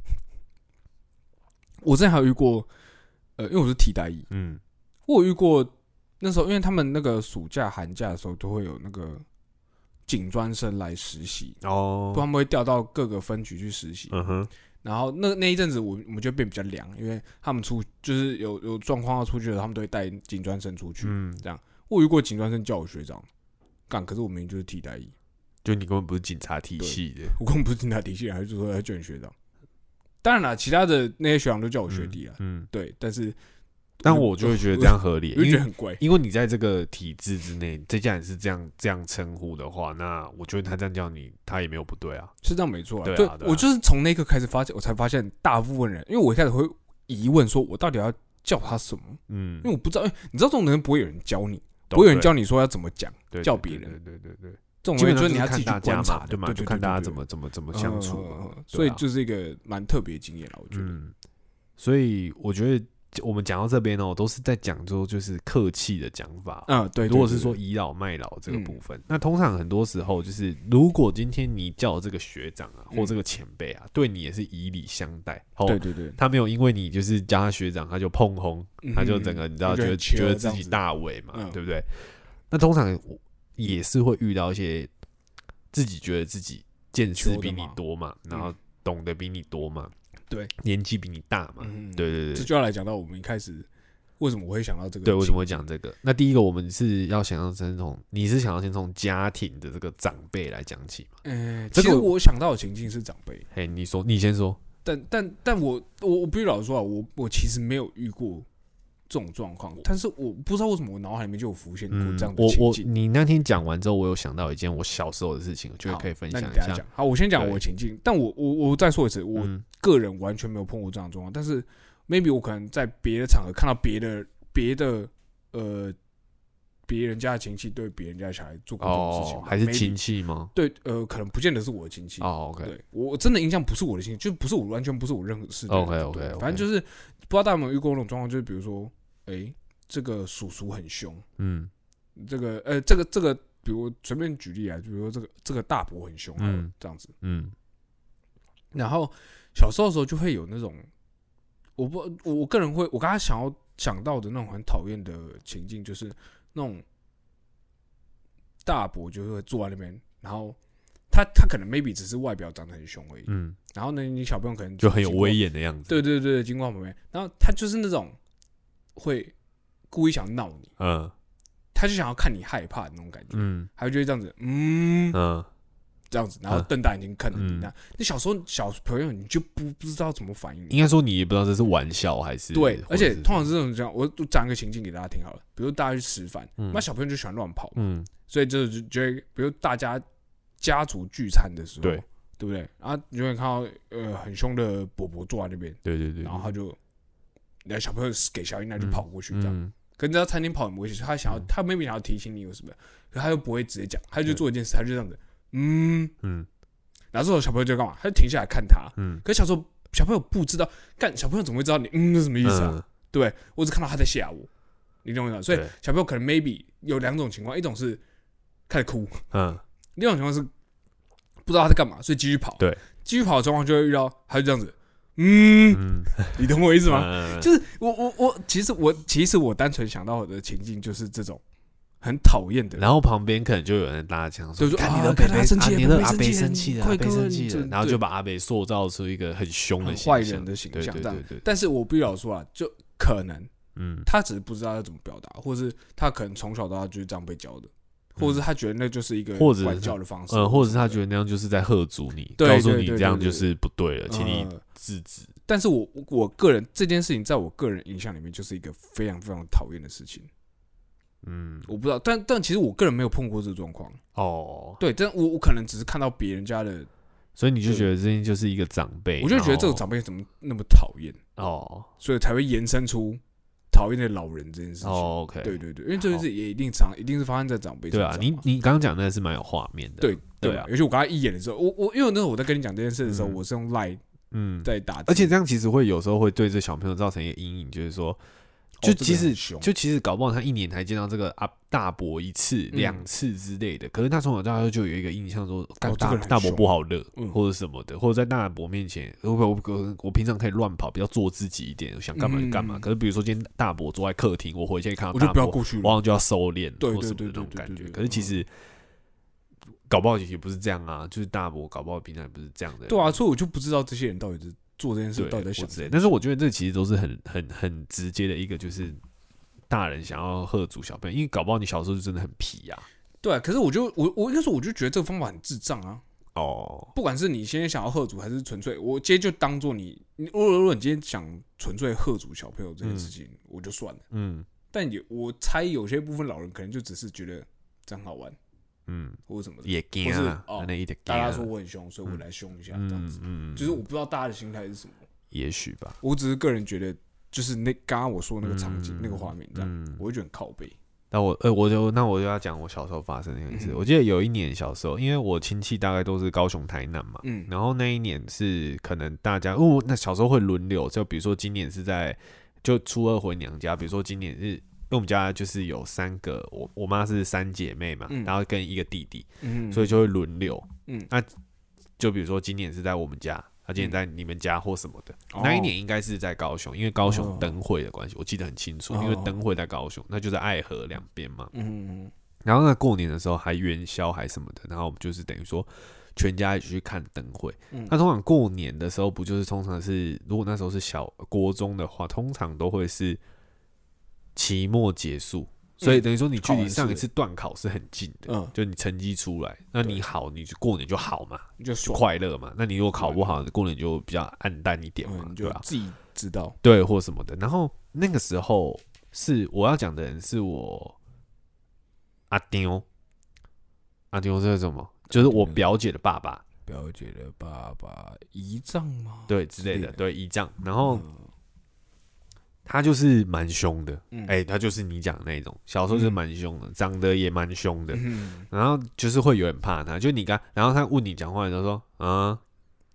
我之前还有遇过，呃，因为我是替代役，嗯，我有遇过那时候，因为他们那个暑假寒假的时候都会有那个警专生来实习哦，他们会调到各个分局去实习，嗯哼。然后那那一阵子我，我我们就变比较凉，因为他们出就是有有状况要出去的，他们都会带警专生出去。嗯，这样我遇过警专生叫我学长，干，可是我明明就是替代役， 就你根本不是警察体系的， 我根本不是警察体系，还是说要叫你学长。当然了，其他的那些学长都叫我学弟了，嗯，嗯对，但是。 但我就会觉得这样合理， 我就觉得很怪， 因为你在这个体制之内，这家人是这样这样称呼的话，那我觉得他这样叫你，他也没有不对啊， 是这样没错啊。 对啊， 我就是从那一刻开始发现，我才发现大部分人，因为我一开始会疑问，说我到底要叫他什么？嗯，因为我不知道，你知道这种人不会有人教你，不会有人教你说要怎么讲，叫别人， 对对对对， 这种人就是你要自己去观察， 对嘛，就看大家怎么怎么怎么相处， 所以就是一个蛮特别的经验了，我觉得。 所以我觉得。我们讲到这边哦，都是在讲说就是客气的讲法。 嗯，对。 如果是说倚老卖老这个部分，嗯、那通常很多时候就是，如果今天你叫这个学长啊，或这个前辈啊，嗯、对你也是以礼相待。 对对对。 他没有因为你就是叫他学长，他就碰轰，嗯、他就整个你知道觉得觉得自己大伟嘛，嗯、对不对？那通常也是会遇到一些自己觉得自己见识比你多嘛，然后懂得比你多嘛。 对， 年纪比你大嘛，嗯、对对对， 这就要来讲到我们一开始为什么我会想到这个？ 对，为什么会讲这个？那第一个，我们是要想要先从，你是想要先从家庭的这个长辈来讲起嘛？ 呃，其实我想到的情境是长辈。 嘿，你说，你先说。 但但但我我我必须老实说啊，我我其实没有遇过这种状况，但是我不知道为什么我脑海里面就有浮现过这样的情境。 嗯、我我你那天讲完之后，我有想到一件我小时候的事情，我觉得可以分享一下。 下好，我先讲我的情境，但我我我再说一次，我个人完全没有碰过这样的状况，但是 maybe 我可能在别的场合看到别的别的呃别人家的亲戚对别人家的小孩做过这种事情， 哦、还是亲戚吗？ 对，呃，可能不见得是我的亲戚。 哦 ，OK， 对我真的印象不是我的亲戚，就不是我完全不是我认识的人。 OK OK， 反正就是不知道大家有没有遇过那种状况，就是比如说，哎、欸。 这个叔叔很凶， 嗯， 这个呃这个这个，比如随便举例啊，比如说这个这个大伯很凶，嗯，这样子，嗯，然后小时候的时候就会有那种，我不我个人会，我刚才想要想到的那种很讨厌的情境，就是那种大伯就会坐在那边，然后。他他可能 maybe 只是外表长得很凶而已，嗯，然后呢，你小朋友可能就, 就很有威严的样子， 对对对，经过旁边，然后他就是那种会故意想闹你，嗯，他就想要看你害怕的那种感觉，嗯，他就会这样子，嗯嗯，这样子，然后瞪大眼睛看着你，那、嗯、那小时候小朋友你就不不知道怎么反应， 应该说你也不知道这是玩笑还是对，而且通常是这种这样，我讲一个情境给大家听好了，比如大家去吃饭，那、嗯、小朋友就喜欢乱跑，嗯，所以就就会比如大家。家族聚餐的时候，对对不对？然后你就会看到呃很凶的伯伯坐在那边， 对对对， 然后他就，那小朋友给小婴儿就跑过去这样，嗯、可你知道餐厅跑很危险，他想要、嗯、他 maybe 想要提醒你有什么，可他又不会直接讲，他就做一件事，他就这样子，嗯嗯，然后这时候小朋友就干嘛？他就停下来看他，嗯，可是小时候小朋友不知道，干小朋友怎么会知道你嗯那什么意思啊？嗯、对，我只看到他在吓我，你懂我意思？所以小朋友可能 maybe 有两种情况，一种是开始哭，嗯。另一种情况是不知道他在干嘛，所以继续跑。对，继续跑的状况就会遇到，他就这样子，嗯，嗯你懂我意思吗？嗯、就是我我我，其实我其实我单纯想到的情境就是这种很讨厌的。 然后旁边可能就有人大家讲说， 就说看你的北北生气， 你的阿北生气了，阿北生气了，然后就把阿北塑造出一个很凶的坏人的形象。这样，但是我必须要说啊，就可能，嗯，他只是不知道要怎么表达，或是他可能从小到大就是这样被教的。或者是他觉得那就是一个管教的方式， 呃，或者是他觉得那样就是在喝阻你，告诉你这样就是不对了，请你制止。 但是我我个人这件事情，在我个人印象里面，就是一个非常非常讨厌的事情。嗯，我不知道，但但其实我个人没有碰过这个状况。哦，对，但我我可能只是看到别人家的， 所以你就觉得这件就是一个长辈， 我就觉得这个长辈怎么那么讨厌哦，所以才会延伸出。讨厌的老人这件事情，哦 ，OK， 对对对，因为这件事也一定常，一定是发生在长辈身上。 对啊，你你刚刚讲的是蛮有画面的， 对对啊。 尤其我刚才一演的时候，我我因为那时候我在跟你讲这件事的时候，嗯、我是用 Line 嗯在打字， 而且这样其实会有时候会对这小朋友造成一个阴影，就是说，就其实、哦、就其实搞不好他一年才见到这个啊大伯一次、两、嗯、次之类的，可是他从小到大就有一个印象说，干、哦、大、这个、大伯不好惹、嗯，或者什么的，或者在大伯面前，我我我我平常可以乱跑，比较做自己一点，想干嘛就干嘛。嗯、可是比如说今天大伯坐在客厅，我回去看到大伯，我好像就要收敛， 对或什么的那种感觉。可是其实。搞不好也不是这样啊，就是大伯搞不好平常也不是这样的。 对啊，所以我就不知道这些人到底是做这件事到底在想什么。 但是我觉得这其实都是很很很直接的一个，就是大人想要喝阻小朋友，因为搞不好你小时候就真的很皮啊。 对啊，可是我就我我应该说，我就觉得这个方法很智障啊。哦，不管是你现在想要喝阻，还是纯粹，我今天就当做你，如果如果你今天想纯粹喝阻小朋友这件事情，嗯、我就算了。嗯，但也我猜有些部分老人可能就只是觉得这样好玩。嗯，或者什么的， 也惊啊， 哦，大家说我很凶，所以我来凶一下，这样子。嗯，就是我不知道大家的心态是什么。 也许吧， 我只是个人觉得，就是那刚刚我说的那个场景、嗯、那个画面，这样，嗯、我会觉得很靠背。 那我呃，我就那我就要讲我小时候发生的一件事。嗯、我记得有一年小时候，因为我亲戚大概都是高雄、台南嘛，嗯，然后那一年是可能大家，哦，那小时候会轮流，就比如说今年是在就初二回娘家，比如说今年是。因为我们家就是有三个，我我妈是三姐妹嘛，嗯、然后跟一个弟弟，嗯、所以就会轮流。嗯，那就比如说今年是在我们家，他今年在你们家或什么的。嗯、那一年应该是在高雄，因为高雄灯会的关系，我记得很清楚，哦、因为灯会在高雄，那就在爱河两边嘛。嗯，然后呢，过年的时候还元宵还什么的，然后我们就是等于说全家一起去看灯会。嗯、那通常过年的时候，不就是通常是如果那时候是小国中的话，通常都会是。期末结束，所以等于说你距离上一次段考是很近的，嗯、就你成绩出来，那你好，你就过年就好嘛，就快乐嘛。那你如果考不好，过年就比较暗淡一点嘛， 嗯、对吧？自己知道， 对，或什么的。然后那个时候是我要讲的人是我阿丢，阿丢这是什么？就是我表姐的爸爸， 表姐的爸爸姨丈吗？ 对，之类的，对，姨丈。然后。嗯他就是蛮凶的，哎、嗯欸，他就是你讲的那种，小时候就是蛮凶的，嗯、长得也蛮凶的，嗯、然后就是会有人怕他，就你刚，然后他问你讲话，你就说啊，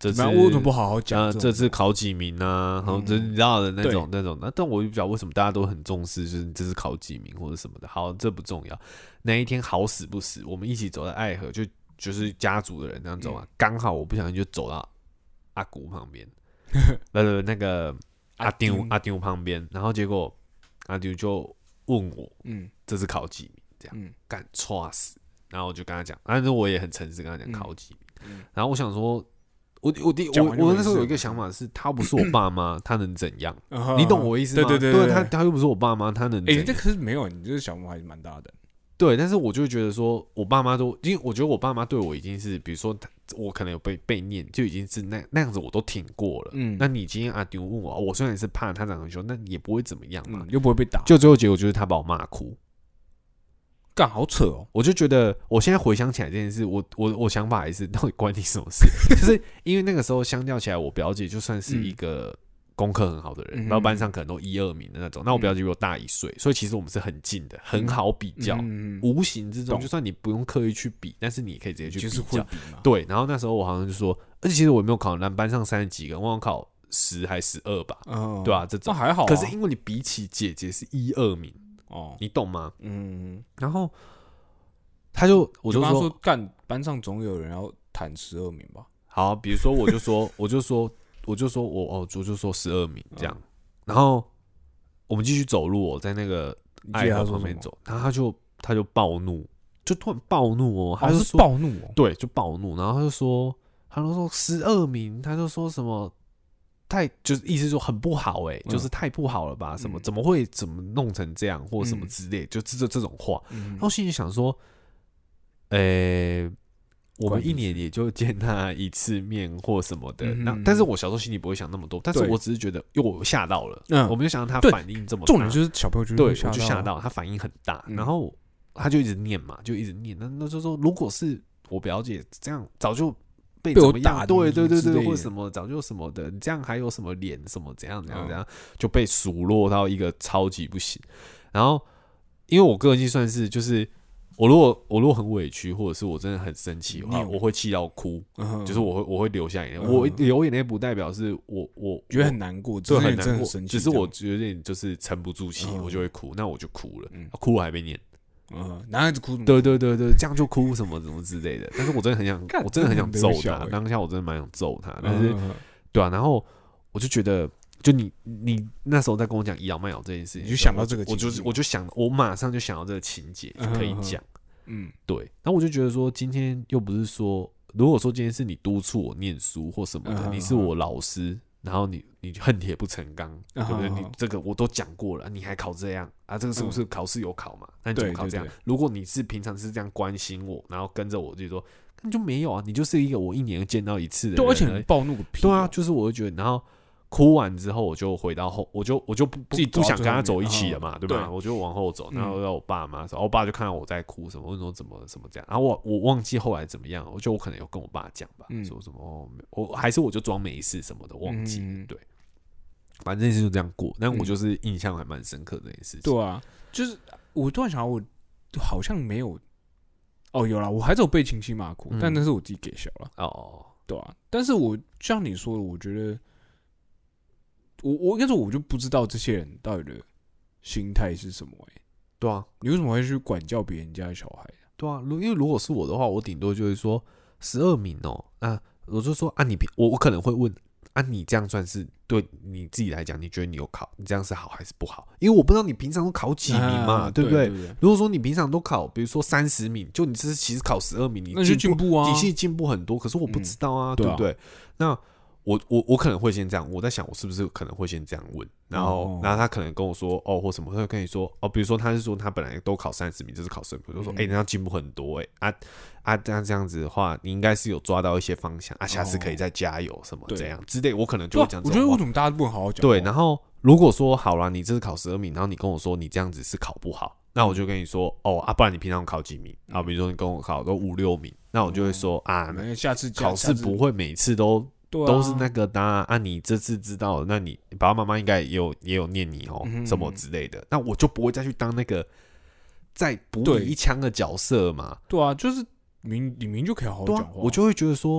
这次我怎么不好好讲、 呃？这次考几名啊？然后这你知道的那种那种。那但我就不知道为什么大家都很重视，就是这次考几名或者什么的。好，这不重要。那一天好死不死，我们一起走在爱河，就就是家族的人这样走啊，刚、嗯、好我不小心就走到阿姑旁边，呃那个阿丢阿丢旁边，然后结果阿丢就问我，嗯，这次考几名？这样，嗯，干错死。然后我就跟他讲，但是我也很诚实跟他讲考几名、嗯嗯。然后我想说，我我第我我那时候有一个想法是，他不是我爸妈，他能怎样？你懂我意思吗？ 对对对， 对他他又不是我爸妈，他能怎样？ 哎、欸，这可是没有，你这个想法还是蛮大的。 对，但是我就觉得说，我爸妈都，因为我觉得我爸妈对我已经是，比如说我可能有被被念，就已经是那那样子，我都挺过了。嗯，那你今天阿丢问我，我虽然是怕他长很凶，那也不会怎么样嘛、 嗯，又不会被打。 就最后结果就是他把我骂哭。 干好扯哦！ 我就觉得，我现在回想起来这件事，我我我想法还是到底关你什么事？就是因为那个时候相较起来，我表姐就算是一个功课很好的人，然后、嗯、班上可能都一二名的那种。那我表姐比我大一岁，所以其实我们是很近的，很好比较。嗯、无形之中，就算你不用刻意去比，但是你可以直接去比较。就是、比对，然后那时候我好像就说，而且其实我也没有考难，班上三十几个，我好像考十还十二吧，哦、对吧、啊？这种、 哦、还好、啊。 可是因为你比起姐姐是一二名。哦，你懂吗？嗯，然后他就我就说， 干班上总有人要谈十二名吧。 好，比如说我就说，我就说，我就说我哦，我就说十二名这样。嗯、然后我们继续走路、哦，在那个爱河旁边走，然后他就他就暴怒，就突然暴怒哦，他就说、 哦、是暴怒哦， 对，就暴怒，然后他就说，他就说十二名，他就说什么。太就是意思说很不好哎、欸嗯，就是太不好了吧？什么、嗯、怎么会怎么弄成这样，或什么之类，嗯、就这这种话。嗯、然后心里想说，呃、欸，我们一年也就见他一次面或什么的。嗯、那但是我小时候心里不会想那么多，但是我只是觉得，因为我吓到了，嗯、我没有想到他反应这么大。 重点就是小朋友就对，我就吓到他反应很大，嗯、然后他就一直念嘛，就一直念。那那就说，如果是我表姐这样，早就。被怎么样？对对对对，或什么早就什么的，你这样还有什么脸？什么怎样怎样怎样，就被数落到一个超级不行。然后，因为我个人计算是，就是我如果我如果很委屈，或者是我真的很生气的话，我会气到哭，嗯、就是我会我会流下眼泪。嗯、我流眼泪不代表是我我觉得很难过， 就很难过，只是我有点就是沉不住气，嗯、我就会哭，那我就哭了，嗯、哭了还被念。 嗯，男孩子哭什么？ 对对对对，这样就哭什么什么之类的。但是我真的很想，我真的很想揍他。当下我真的蛮想揍他，但是，嗯、对啊，然后我就觉得，就你你那时候在跟我讲倚老卖老这件事情， 你就想到这个情节，我就我就想，我马上就想到这个情节就可以讲。嗯，对。然后我就觉得说，今天又不是说，如果说今天是你督促我念书或什么的，嗯、你是我老师。然后你你恨铁不成钢，对不对？你这个我都讲过了，你还考这样啊？这个是不是考试有考嘛？那你怎么考这样？如果你是平常是这样关心我，然后跟着我，就说那就没有啊，你就是一个我一年见到一次的人， 对，而且很暴怒个屁。 对啊，就是我就觉得，然后哭完之后，我就回到后，我就我就不不不想跟他走一起了嘛，对吧？我就往后走，然后让我爸妈说，我爸就看到我在哭什么，问说怎么什么这样，然后我我忘记后来怎么样，我就我可能有跟我爸讲吧，说什么我还是我就装没事什么的，忘记对。反正这件事就这样过，但我就是印象还蛮深刻的这件事情。 对啊，就是我突然想到，我好像没有哦，有啦，我还是有被亲戚骂哭，嗯、但那是我自己给小了哦，对啊。但是我像你说的，我觉得我我应该说我就不知道这些人到底的心态是什么哎、欸。 对啊， 你为什么会去管教别人家的小孩？ 对啊，因为如果是我的话，我顶多就会说十二名哦，那我就说啊你，你我我可能会问。啊，你这样算是对你自己来讲，你觉得你有考，你这样是好还是不好？因为我不知道你平常都考几名嘛，啊、对不对？对对对，如果说你平常都考，比如说三十名，就你这是其实考十二名，你那就进步啊， 体系进步很多。可是我不知道啊，嗯、对不对？啊、那我我我可能会先这样，我在想我是不是可能会先这样问，然后、哦、然后他可能跟我说哦或什么，他会跟你说哦，比如说他是说他本来都考三十名，这是考十二名，我就说哎、嗯，那要进步很多哎、欸、啊。啊，那这样子的话，你应该是有抓到一些方向啊，下次可以再加油什么这样之类，我可能就会讲这种话。 我觉得为什么大家不能好好讲？ 对，然后如果说好了，你这次考十二名，然后你跟我说你这样子是考不好，那我就跟你说哦啊，不然你平常考几名啊？比如说你跟我考都五六名，那我就会说啊， 那下次考试不会每次都都是那个的啊，啊你这次知道了，那你爸爸妈妈应该也有也有念你哦，什么之类的，那我就不会再去当那个再补你一枪的角色嘛。 对啊，就是。明你明就可以好好讲话、啊， 我就会觉得说，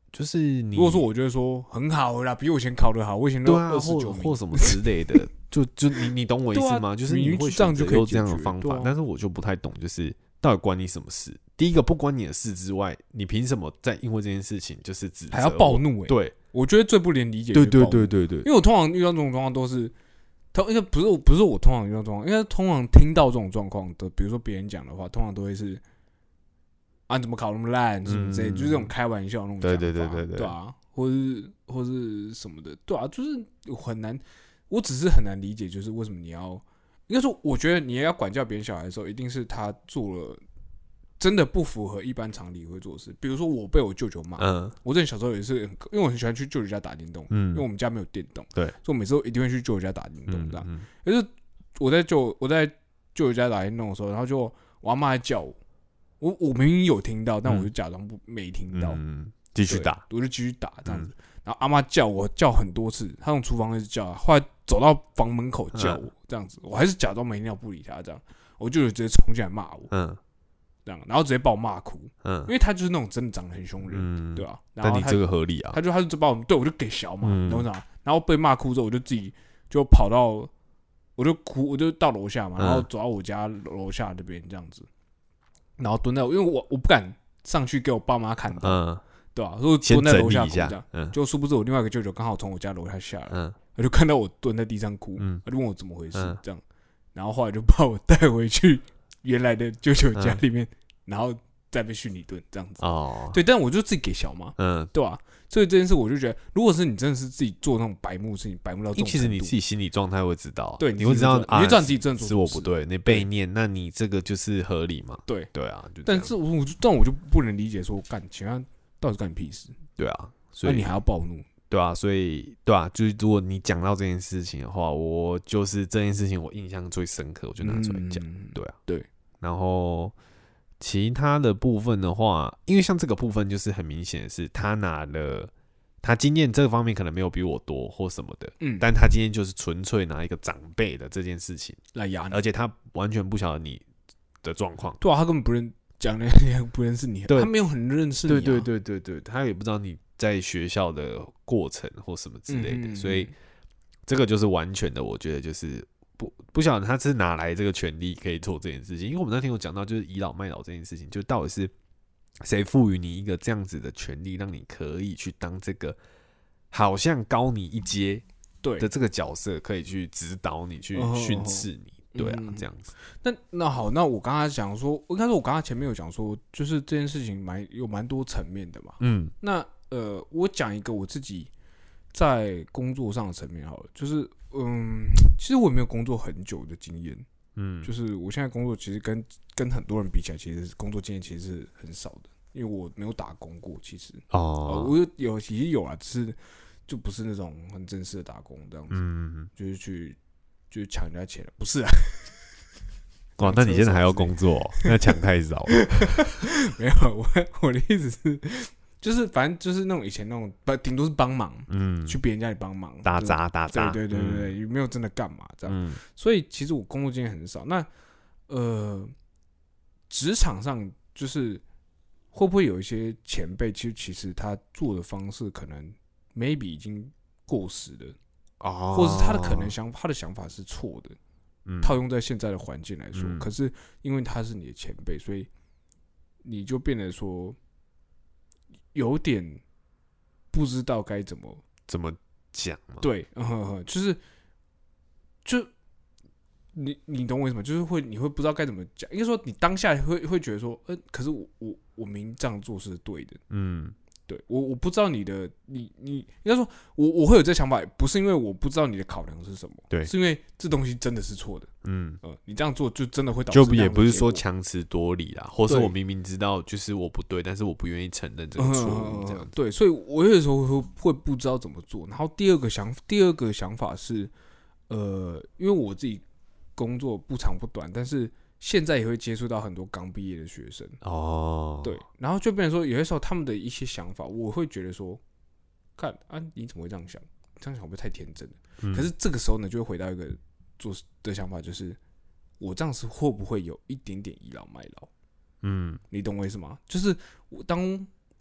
就是你如果说我觉得说很好啦，比我以前考得好，我以前都二十九名或什么之类的，就就你你懂我意思吗？啊、就是你会选择用这样的方法，啊、但是我就不太懂，就是到底关你什么事？第一个不关你的事之外，你凭什么在因为这件事情就是指责还要暴怒、欸？ 对， 我觉得最不能理解。 对对对对对， 因为我通常遇到这种状况都是，应该不是不是我通常遇到状况，因为通常听到这种状况的，比如说别人讲的话，通常都会是啊，你怎么考那么烂什么之类、嗯，就是这种开玩笑那种讲法， 对对对对对， 对啊，或是或是什么的，对啊，就是很难，我只是很难理解，就是为什么你要，应该说，我觉得你要管教别人小孩的时候，一定是他做了。真的不符合一般常理会做的事，比如说我被我舅舅骂，嗯，我之前小时候也是，因为我很喜欢去舅舅家打电动，嗯，因为我们家没有电动， 对， 所以我每次都一定会去舅舅家打电动，这样。可是我在舅我在舅舅家打电动的时候，然后就我阿嬷在叫我，我我明明有听到，但我就假装不没听到， 嗯，继续打， 我就继续打这样子。然后阿嬷叫我叫很多次，她从厨房一直叫，后来走到房门口叫我，这样子，我还是假装没听到不理她，这样，我舅舅直接冲进来骂我，嗯。然后直接把我骂哭，嗯，因为他就是那种真的长得很凶人，嗯，对吧？ 但你这个合理啊， 他就他就把我对我就给小嘛，嗯、懂啥？然后被骂哭之后，我就自己就跑到，我就哭，我就到楼下嘛，然后走到我家楼下这边这样子，然后蹲在，因为我我不敢上去给我爸妈看到，嗯，对吧？所以蹲在楼下哭这样，嗯，就殊不知我另外一个舅舅刚好从我家楼下下来，嗯，他就看到我蹲在地上哭，嗯，他就问我怎么回事，嗯、这样，然后后来就把我带回去原来的舅舅家里面。嗯然后再被训一顿这样子哦，对，但我就自己给小嘛，嗯，对吧、啊？所以这件事我就觉得，如果是你真的是自己做那种白目事情，白目到这种程度， 其实你自己心理状态会知道， 对， 你会知道， 你会知道你自己真的是我不对，你被念，那你这个就是合理嘛？ 对， 对啊， 但是我但我就不能理解说，干，请问到底干你屁事？ 对啊，所以你还要暴怒？ 对啊，所以对啊，就是如果你讲到这件事情的话，我就是这件事情我印象最深刻，我就拿出来讲、嗯，对啊， 对， 然后。其他的部分的话，因为像这个部分就是很明显的是，他拿了他经验这个方面可能没有比我多或什么的，嗯，但他今天就是纯粹拿一个长辈的这件事情来压你， 而且他完全不晓得你的状况， 对啊，他根本不认讲的也不认识你，他没有很认識你、啊， 对对对对对，他也不知道你在学校的过程或什么之类的，嗯嗯嗯所以这个就是完全的，我觉得就是。不不晓得他是哪来这个权利可以做这件事情，因为我们那天有讲到，就是倚老卖老这件事情，就到底是谁赋予你一个这样子的权利，让你可以去当这个好像高你一阶的这个角色，可以去指导你、去训斥你，对啊，这样子。 那那好，那我刚才讲说，应该是我刚才前面有讲说，就是这件事情蛮有蛮多层面的嘛。嗯，那呃，我讲一个我自己在工作上的层面好了，就是。嗯，其实我也没有工作很久的经验，嗯，就是我现在工作其实跟跟很多人比起来，其实工作经验其实是很少的，因为我没有打工过，其实哦、呃，我有有其实有啊，只是就不是那种很正式的打工这样子，嗯，就是去就是抢人家钱，不是啊。 哇，那你现在还要工作、哦？那抢太少了。 没有，我我的意思是。就是反正就是那种以前那种，顶多是帮忙，嗯，去别人家里帮忙打杂打杂， 对对对对，也、嗯、没有真的干嘛这样、嗯。所以其实我工作经验很少。那呃，职场上就是会不会有一些前辈，其实其实他做的方式可能 maybe 已经过时了，哦，或者是他的可能想他的想法是错的，嗯，套用在现在的环境来说、嗯，可是因为他是你的前辈，所以你就变得说。有点不知道该怎么怎么讲嘛？ 对，嗯呵呵，就是就你你懂我意思吗？就是会你会不知道该怎么讲，应该说你当下会会觉得说，呃，可是我我我明这样做是对的，嗯，对我我不知道你的你你应该说我我会有这想法，不是因为我不知道你的考量是什么， 对， 是因为这东西真的是错的，嗯呃，你这样做就真的会导致就也不是说强词夺理啦，或是我明明知道就是我不对，但是我不愿意承认这个错误，这样、嗯、 对，所以我有的时候会会不知道怎么做。然后第二个想第二个想法是，呃，因为我自己工作不长不短，但是现在也会接触到很多刚毕业的学生哦，对，然后就变成说，有些时候他们的一些想法，我会觉得说，看啊，你怎么会这样想？这样想会不会太天真了？嗯、可是这个时候呢，就会回到一个做的想法，就是我这样子会不会有一点点倚老卖老？嗯，你懂我意思吗？就是我当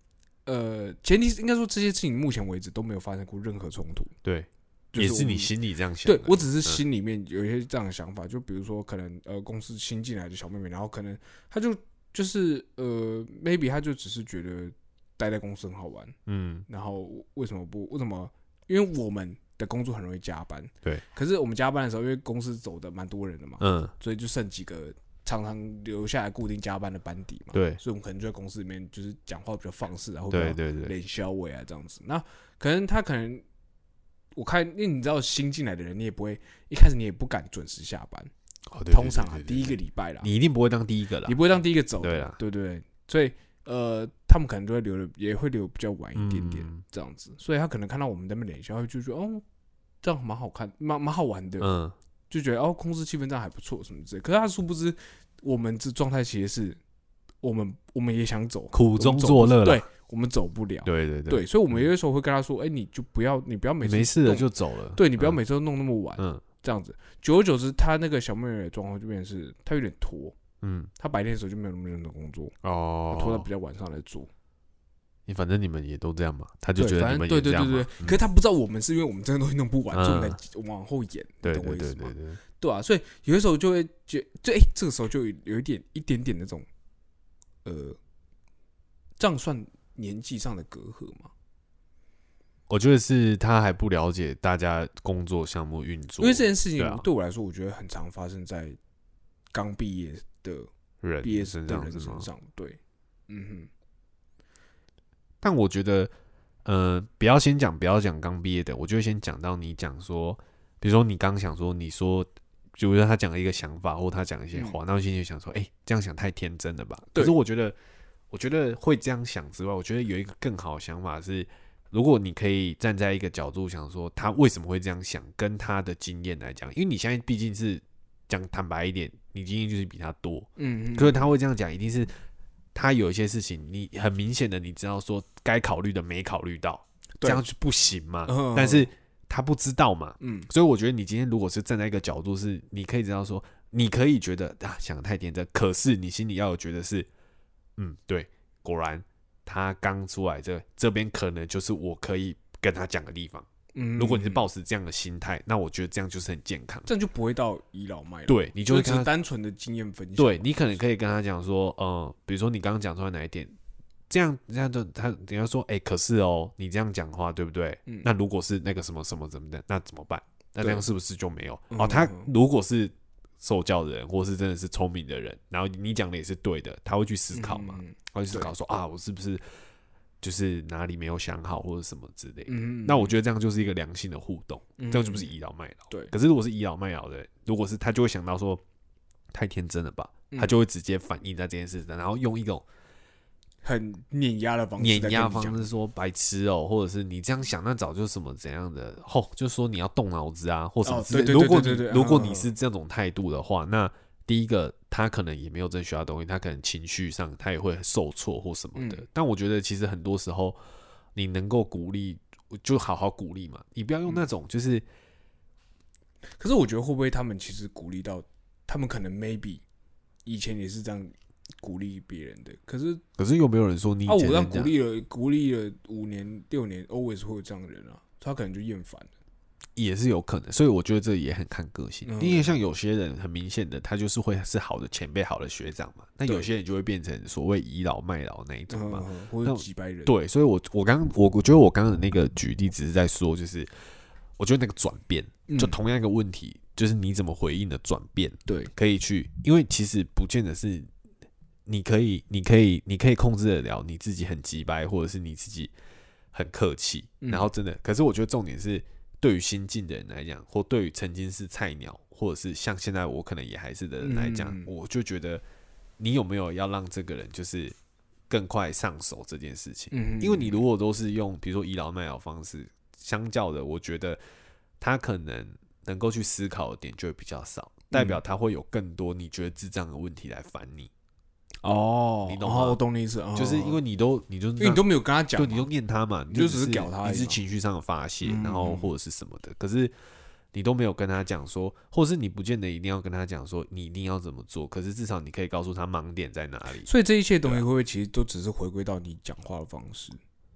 呃，前提是应该说这些事情目前为止都没有发生过任何冲突。 对， 就是也是你心里这样想的。 对我只是心里面有一些这样的想法，嗯、就比如说可能呃公司新进来的小妹妹，然后可能她就就是呃 maybe 她就只是觉得待在公司很好玩，嗯，然后为什么不为什么？因为我们的工作很容易加班， 对。 可是我们加班的时候，因为公司走的蛮多人的嘛，嗯，所以就剩几个常常留下来固定加班的班底嘛， 对， 所以我们可能就在公司里面就是讲话比较放肆啊，或者脸消尾啊这样子。那可能他可能我看，因为你知道新进来的人，你也不会一开始你也不敢准时下班， 哦、对对对对对通常啊第一个礼拜啦， 你一定不会当第一个啦， 你不会当第一个走的， 对啦， 对对对，所以呃，他们可能都会留的，也会留比较晚一点点、嗯、这样子，所以他可能看到我们在那边脸消，就觉得哦，这样蛮好看，蛮蛮好玩的，嗯，就觉得哦，公司气氛这样还不错什么之类。可是他殊不知，我们这状态其实是我们我们也想走， 苦中作乐， 对，我们走不了， 对对对, 对，所以我们有的时候会跟他说，哎、欸，你就不要，你不要每次没事了就走了， 对你不要每次都弄那么晚，嗯，这样子，久而久之，他那个小妹妹的状况就变成是，他有点拖。嗯，他白天的时候就没有那么认真工作哦，他拖到比较晚上来做。 你反正你们也都这样嘛，他就觉得你们也这样嘛。 对对对对对、嗯、可是他不知道我们是因为我们这个东西弄不完，嗯、所以我们才往后延。 对你懂我意思吗？ 对对对对， 对啊，所以有的时候就会觉得，就哎、欸，这个时候就有有一点一点点那种，呃，这样算年纪上的隔阂吗？ 我觉得是他还不了解大家工作项目运作， 因为这件事情对我来说，我觉得很常发生在刚毕业的人毕业生的人身上。对，嗯哼。 但我觉得，呃，不要先讲，不要讲刚毕业的，我就先讲到你讲说，比如说你刚想说，你说，比如说他讲了一个想法，或他讲一些话，那、嗯、我心里就想说，哎、欸，这样想太天真了吧？可是我觉得，我觉得会这样想之外，我觉得有一个更好的想法是，如果你可以站在一个角度想说，他为什么会这样想，跟他的经验来讲，因为你现在毕竟是讲坦白一点，你经验就是比他多，嗯嗯，所以他会这样讲，一定是。他有一些事情，你很明显的，你知道说该考虑的没考虑到，这样就不行嘛。嗯、但是他不知道嘛，嗯，所以我觉得你今天如果是站在一个角度是，你可以知道说，你可以觉得啊想得太天真，可是你心里要有觉得是，嗯，对，果然他刚出来这这边可能就是我可以跟他讲的地方。嗯，如果你是抱持这样的心态，那我觉得这样就是很健康， 这样就不会到倚老卖老。 对，你就会只是单纯的经验分享。 对，你可能可以跟他讲说，呃，比如说你刚刚讲出来哪一点，这样这样就他人家说，哎、欸，可是哦，你这样讲话对不对？嗯，那如果是那个什么什么怎么的，那怎么办？那这样是不是就没有？哦，他如果是受教的人，或是真的是聪明的人，然后你讲的也是对的，他会去思考嘛？嗯、他会去思考说啊，我是不是？就是哪里没有想好或者什么之类的，嗯、那我觉得这样就是一个良性的互动，嗯、这样就不是倚老卖老。 对， 可是如果是倚老卖老的，如果是他就会想到说太天真了吧，嗯、他就会直接反映在这件事上，然后用一种很碾压的方式， 碾压方式说白痴哦，或者是你这样想，那早就什么怎样的，吼、哦，就说你要动脑子啊，或什么之类的。如果你如果你是这种态度的话，那第一个，他可能也没有真学到东西，他可能情绪上他也会受挫或什么的。嗯、但我觉得其实很多时候，你能够鼓励，就好好鼓励嘛，你不要用那种就是。 嗯、可是我觉得会不会他们其实鼓励到，他们可能 maybe 以前也是这样鼓励别人的，可是可是有没有人说你啊？我这样鼓励了鼓励了五年六年 ，always 会有这样的人啊，他可能就厌烦了。 也是有可能，所以我觉得这也很看个性。因为像有些人很明显的，他就是会是好的前辈、好的学长嘛。那有些人就会变成所谓倚老卖老那一种嘛， 嗯、或者几百人。 对，所以我我刚我我觉得我刚刚的那个举例只是在说，就是我觉得那个转变，就同样一个问题，嗯、就是你怎么回应的转变， 对， 可以去，因为其实不见得是你可以，你可以，你可以控制得了你自己很急掰，或者是你自己很客气，嗯、然后真的，可是我觉得重点是。对于新进的人来讲，或对于曾经是菜鸟，或者是像现在我可能也还是的人来讲，嗯、我就觉得你有没有要让这个人就是更快上手这件事情？嗯、因为你如果都是用比如说倚老卖老方式，相较的，我觉得他可能能够去思考的点就会比较少，代表他会有更多你觉得智障的问题来烦你。 哦， 你懂吗？ 我懂你意思，哦、 就是因为你都，你就因为你都没有跟他讲， 对，你都念他嘛， 你就只是屌他， 你是情绪上的发泄，嗯、然后或者是什么的，可是你都没有跟他讲说，或是你不见得一定要跟他讲说你一定要怎么做，可是至少你可以告诉他盲点在哪里。 所以这一切东西会不会其实都只是回归到你讲话的方式？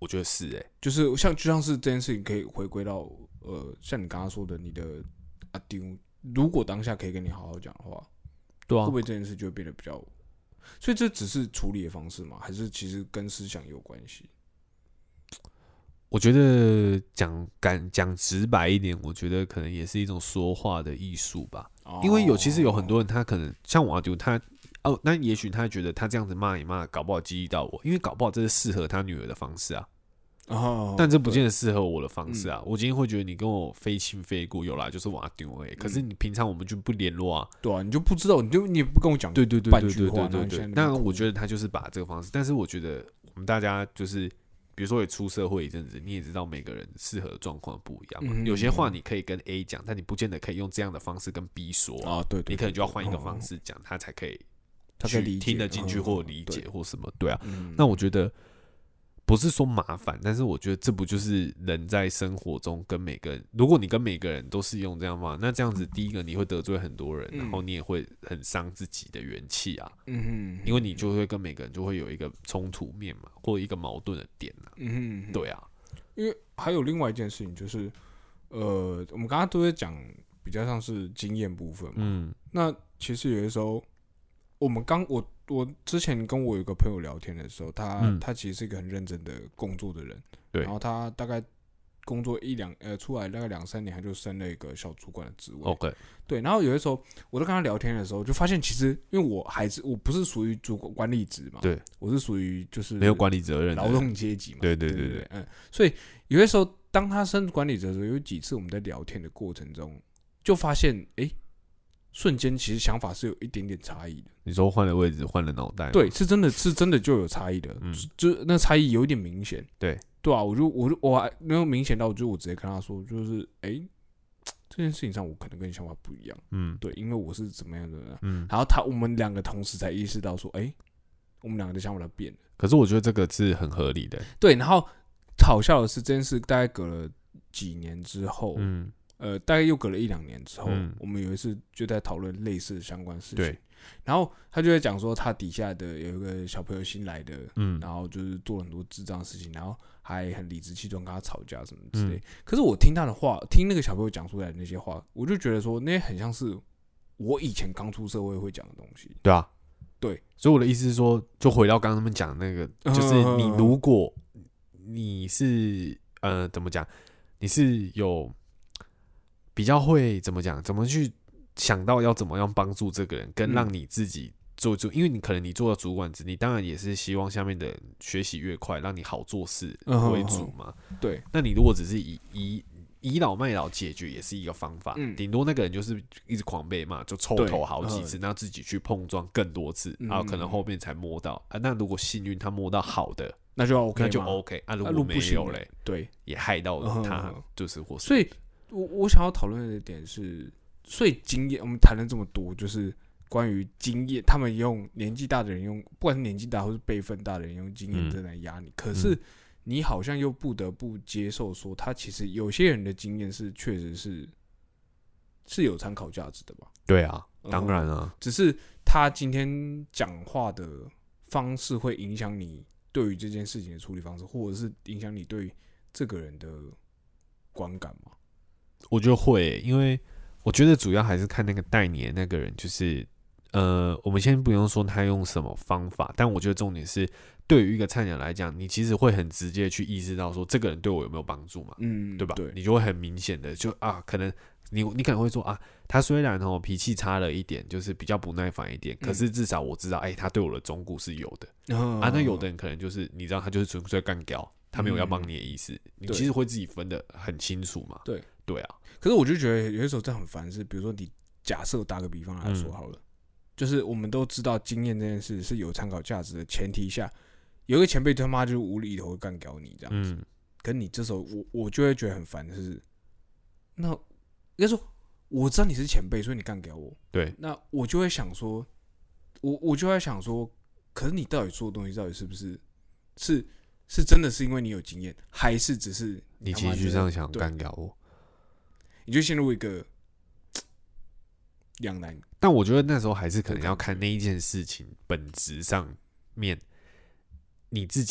我觉得是哎、欸， 就是像就像是这件事情可以回归到呃，像你刚刚说的，你的阿丢，如果当下可以跟你好好讲的话， 对啊， 会不会这件事就会变得比较？所以这只是处理的方式吗？还是其实跟思想有关系？ 我觉得讲敢讲直白一点，我觉得可能也是一种说话的艺术吧。哦、因为有其实有很多人，他可能像我阿丢，他哦，那也许他觉得他这样子骂一骂，搞不好激励到我，因为搞不好这是适合他女儿的方式啊。哦，但这不见得适合我的方式啊。嗯、我今天会觉得你跟我非亲非故，有啦就是我阿丢而已。可是你平常我们就不联络啊。 对啊，你就不知道，你就你也不跟我讲， 对对对对对对对对。那我觉得他就是把这个方式，但是我觉得我们大家就是。比如说，也出社会一阵子，你也知道每个人适合的状况不一样嘛。嗯、有些话你可以跟 A 讲，但你不见得可以用这样的方式跟 B 说啊。 啊对对对， 你可能就要换一个方式讲，他才可以， 他可以听得进去或理解或什么。对啊， 嗯、 那我觉得不是说麻烦，但是我觉得这不就是人在生活中跟每个人，如果你跟每个人都是用这样嘛，那这样子第一个你会得罪很多人，嗯、然后你也会很伤自己的元气啊。 嗯哼， 因为你就会跟每个人就会有一个冲突面嘛，或者一个矛盾的点啊。 嗯哼， 对啊， 因为还有另外一件事情就是，呃，我们刚刚都在讲比较像是经验部分嘛。嗯，那其实有的时候，我们刚我。我之前跟我有个朋友聊天的时候，他、嗯、他其实是一个很认真的工作的人， 对。 然后他大概工作一两呃出来大概两三年，他就升了一个小主管的职位。 OK， 对。然后有的时候，我都跟他聊天的时候，就发现其实因为我还是我不是属于主管管理职嘛， 对， 我是属于就是没有管理责任劳动阶级嘛， 对对对 对, 对, 对, 对，嗯。所以有的时候，当他升管理职的时候，有几次我们在聊天的过程中，就发现哎。欸瞬间其实想法是有一点点差异的。 你说换了位置，换了脑袋， 对，是真的是真的就有差异的，嗯、就那差异有一点明显。 对， 对啊，我就我就我还没有明显到，就我直接跟他说，就是哎、欸，这件事情上我可能跟你想法不一样。嗯，对，因为我是怎么样的人，嗯，然后他我们两个同时才意识到说，哎、欸，我们两个的想法都变了。 可是我觉得这个是很合理的。 对，然后好笑的是，这件事大概隔了几年之后，嗯。呃，大概又隔了一两年之后，嗯、我们有一次就在讨论类似的相关事情。对，然后他就在讲说，他底下的有一个小朋友新来的，嗯，然后就是做了很多智障的事情，然后还很理直气壮跟他吵架什么之类。嗯、可是我听他的话，听那个小朋友讲出来的那些话，我就觉得说，那些很像是我以前刚出社会会讲的东西。 对啊， 对， 所以我的意思是说，就回到刚刚他们讲的那个，就是你如果你是呃怎么讲，你是有。比较会怎么讲？怎么去想到要怎么样帮助这个人，跟让你自己做做，因为你可能你做到主管职，你当然也是希望下面的人学习越快，让你好做事为主嘛。 嗯、对， 那你如果只是以以倚老卖老解决，也是一个方法。顶、嗯、多那个人就是一直狂被骂，就臭头好几次，然后自己去碰撞更多次，然后可能后面才摸到。啊，那如果幸运他摸到好的， 那就 OK， 那就 OK。啊，如果没有嘞， 对， 也害到了他，就是或是所以。我我想要讨论的点是，所以经验我们谈了这么多，就是关于经验，他们用年纪大的人用，不管是年纪大或是辈分大的人用经验真来压你，嗯、可是你好像又不得不接受说，他其实有些人的经验是确实是是有参考价值的吧？ 对啊，当然啊， 嗯、只是他今天讲话的方式会影响你对于这件事情的处理方式，或者是影响你对这个人的观感嘛？ 我觉得会、欸，因为我觉得主要还是看那个带你的那个人，就是呃，我们先不用说他用什么方法，但我觉得重点是，对于一个菜鸟来讲，你其实会很直接去意识到说，这个人对我有没有帮助嘛，嗯，对吧？对，你就会很明显的就啊，可能你你可能会说啊，他虽然哦脾气差了一点，就是比较不耐烦一点，可是至少我知道，哎、欸，他对我的忠告是有的、嗯、啊。那有的人可能就是你知道，他就是纯粹干掉，他没有要帮你的意思，嗯、你其实会自己分得很清楚嘛， 对。 对啊， 可是我就觉得有些时候这很烦，是比如说你假设打个比方来说好了，嗯、就是我们都知道经验这件事是有参考价值的前提下，有一个前辈他妈就是无厘头干掉你这样子，嗯、可是你这时候我我就会觉得很烦的是，那应该说我知道你是前辈，所以你干掉我， 对， 那我就会想说，我我就会想说，可是你到底说的东西到底是不是是是真的是因为你有经验，还是只是你情绪上想干掉我？ 你就陷入一个两难， 但我觉得那时候还是可能要看那一件事情本质上面，你自己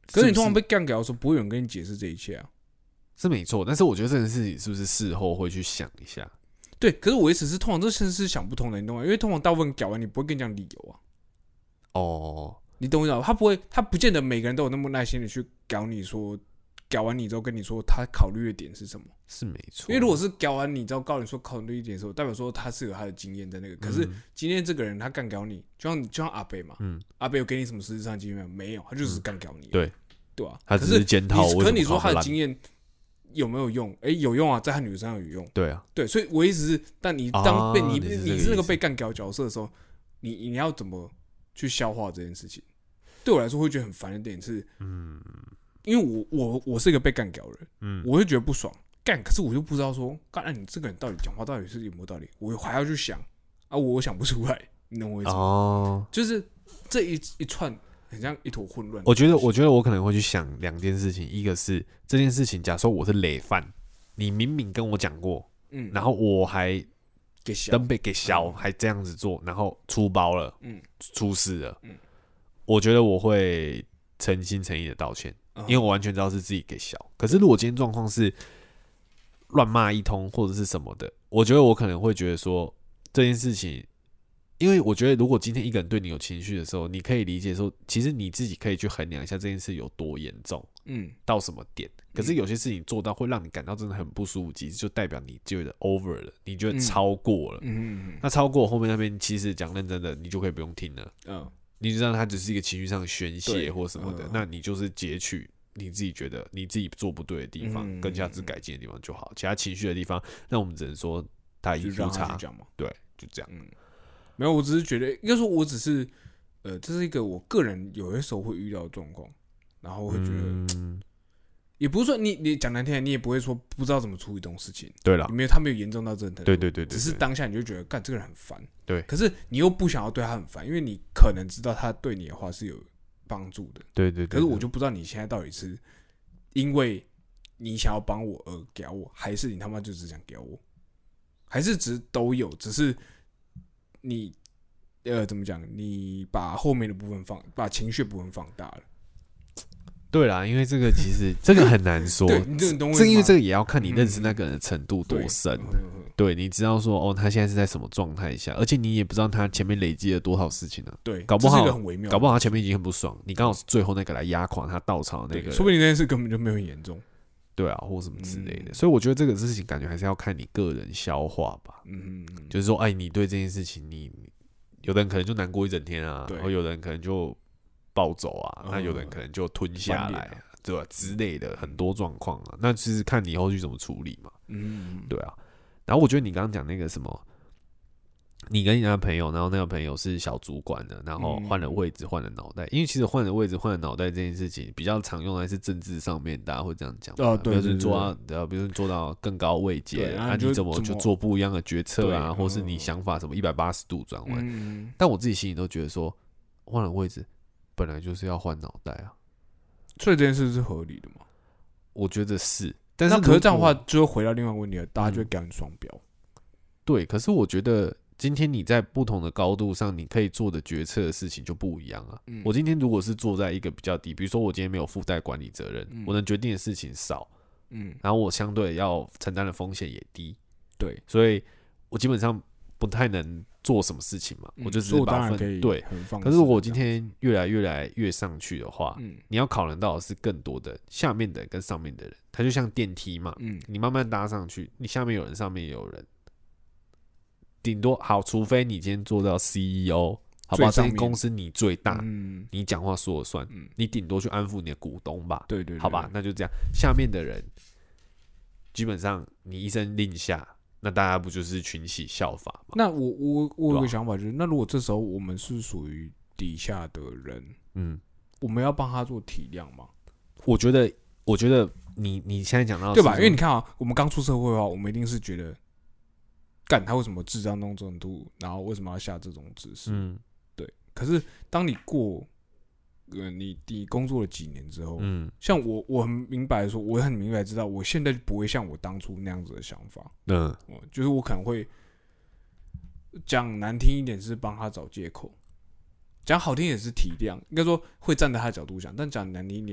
可是你通常被干掉的时候，不会有人跟你解释这一切啊。 是没错，但是我觉得这件事情是不是事后会去想一下？ 对，可是我意思是，通常这事是想不通的，你懂吗？因为通常大部分搞完，你不会跟你讲理由啊。 哦， 你懂我意思吗？他不会，他不见得每个人都有那么耐心的去搞你说，搞完你之后跟你说他考虑的点是什么？ 是没错。 因为如果是搞完你之后告你说考虑一点的时候，代表说他是有他的经验在那个。可是今天这个人他干搞你，就像就像阿北嘛，嗯，阿北有给你什么实质上的经验没有？他就只是干搞你、嗯， 对对啊， 他只是检讨。 可是你说他的经验有没有用？哎、欸，有用啊，在他女儿身上有用。 对啊， 对，所以我意思是，但你当被、啊、你你 是, 你是那个被干搞角色的时候，你你要怎么去消化这件事情？对我来说会觉得很烦的点是，嗯，因为我我我是一个被干搞的人，嗯，我会觉得不爽，干，可是我就不知道说，干，那、啊、你这个人到底讲话到底是有没有道理？我还要去想啊，我想不出来，你懂我意思吗？哦，就是这一一串。很像一坨混乱。 我觉得，我觉得我可能会去想两件事情，一个是这件事情，假设我是累犯，你明明跟我讲过，嗯，然后我还给小登被给小、嗯，还这样子做，然后出包了，嗯，出事了，嗯，我觉得我会诚心诚意的道歉，嗯，因为我完全知道是自己给小。可是如果今天状况是乱骂一通或者是什么的，我觉得我可能会觉得说这件事情。因为我觉得，如果今天一个人对你有情绪的时候，你可以理解说，其实你自己可以去衡量一下这件事有多严重，嗯，到什么点。可是有些事情做到会让你感到真的很不舒服，其实就代表你觉得 over 了，你觉得超过了。嗯嗯嗯。那超过后面那边，其实讲认真的，你就可以不用听了。嗯。你就知道它只是一个情绪上的宣泄或什么的，那你就是截取你自己觉得你自己做不对的地方，嗯、跟下次改进的地方就好。其他情绪的地方，那我们只能说他已经差，对，就这样。嗯。 没有，我只是觉得，应该说，我只是，呃，这是一个我个人有些时候会遇到的状况，然后会觉得，嗯、也不是说你你讲难听，你也不会说不知道怎么处理这种事情， 对了， 没有他没有严重到这种程度， 对对 对, 對, 對， 只是当下你就觉得，干这个人很烦， 对， 可是你又不想要对他很烦，因为你可能知道他对你的话是有帮助的， 对 对, 對, 對， 可是我就不知道你现在到底是因为你想要帮我而给我，还是你他妈就只想给我，还是只都有，只是。你呃怎么讲？你把后面的部分放，把情绪部分放大了。 对啦，因为这个其实这个很难说， 对，你这个东西， 这因为这个也要看你认识那个人的程度多深。嗯、对, 對，你知道说哦，他现在是在什么状态下，而且你也不知道他前面累积了多少事情呢、啊。 对， 搞不好很微妙， 搞不好他前面已经很不爽，你刚好是最后那个来压垮他稻草的那个人， 说不定这件事根本就没有很严重。 对啊，或什么之类的、嗯，所以我觉得这个事情感觉还是要看你个人消化吧。嗯嗯，就是说，哎，你对这件事情你。有的人可能就难过一整天啊，然后有的人可能就暴走啊，嗯、那有的人可能就吞下来、啊，对吧、啊？之类的很多状况啊，那其实看你后续怎么处理嘛。嗯，对啊。然后我觉得你刚刚讲那个什么，你跟你那个朋友，然后那个朋友是小主管的，然后换了位置，换了脑袋。因为其实换了位置，换了脑袋这件事情比较常用在是政治上面，大家会这样讲。 哦，对，就是做到，比如做到更高位阶，啊，你怎么就做不一样的决策啊，或是你想法什么一百八十度转弯、嗯？但我自己心里都觉得说，换了位置本来就是要换脑袋啊， 所以这件事是合理的吗？ 我觉得是，但是那可是这样的话，就会回到另外一个问题了，大家就会给你双标、嗯。 对，可是我觉得。今天你在不同的高度上，你可以做的决策的事情就不一样啊。嗯、我今天如果是坐在一个比较低，比如说我今天没有附带管理责任，嗯、我能决定的事情少，嗯，然后我相对要承担的风险也低， 对， 所以我基本上不太能做什么事情嘛，嗯、我就只是把分对。可是如果我今天越来越来越上去的话，嗯、你要考量到的是更多的下面的人跟上面的人，它就像电梯嘛，嗯、你慢慢搭上去，你下面有人，上面也有人。顶多好，除非你今天做到 C E O， 好吧，这间公司你最大，嗯、你讲话说了算，嗯、你顶多去安抚你的股东吧， 对 对, 對， 好吧，那就这样。下面的人基本上你一声令下，那大家不就是群起效法吗？ 那我我我有个想法就是，那如果这时候我们是属于底下的人，嗯，我们要帮他做体谅吗？ 我觉得，我觉得你你现在讲到对吧？因为你看啊，我们刚出社会的话，我们一定是觉得。干他为什么智障弄这种图，然后为什么要下这种指示？嗯，对。可是当你过，呃，你你工作了几年之后，嗯，像我，我很明白说，我很明白知道，我现在就不会像我当初那样子的想法。嗯，就是我可能会讲难听一点是帮他找借口，讲好听也是体谅，应该说会站在他的角度想，但讲难听一点，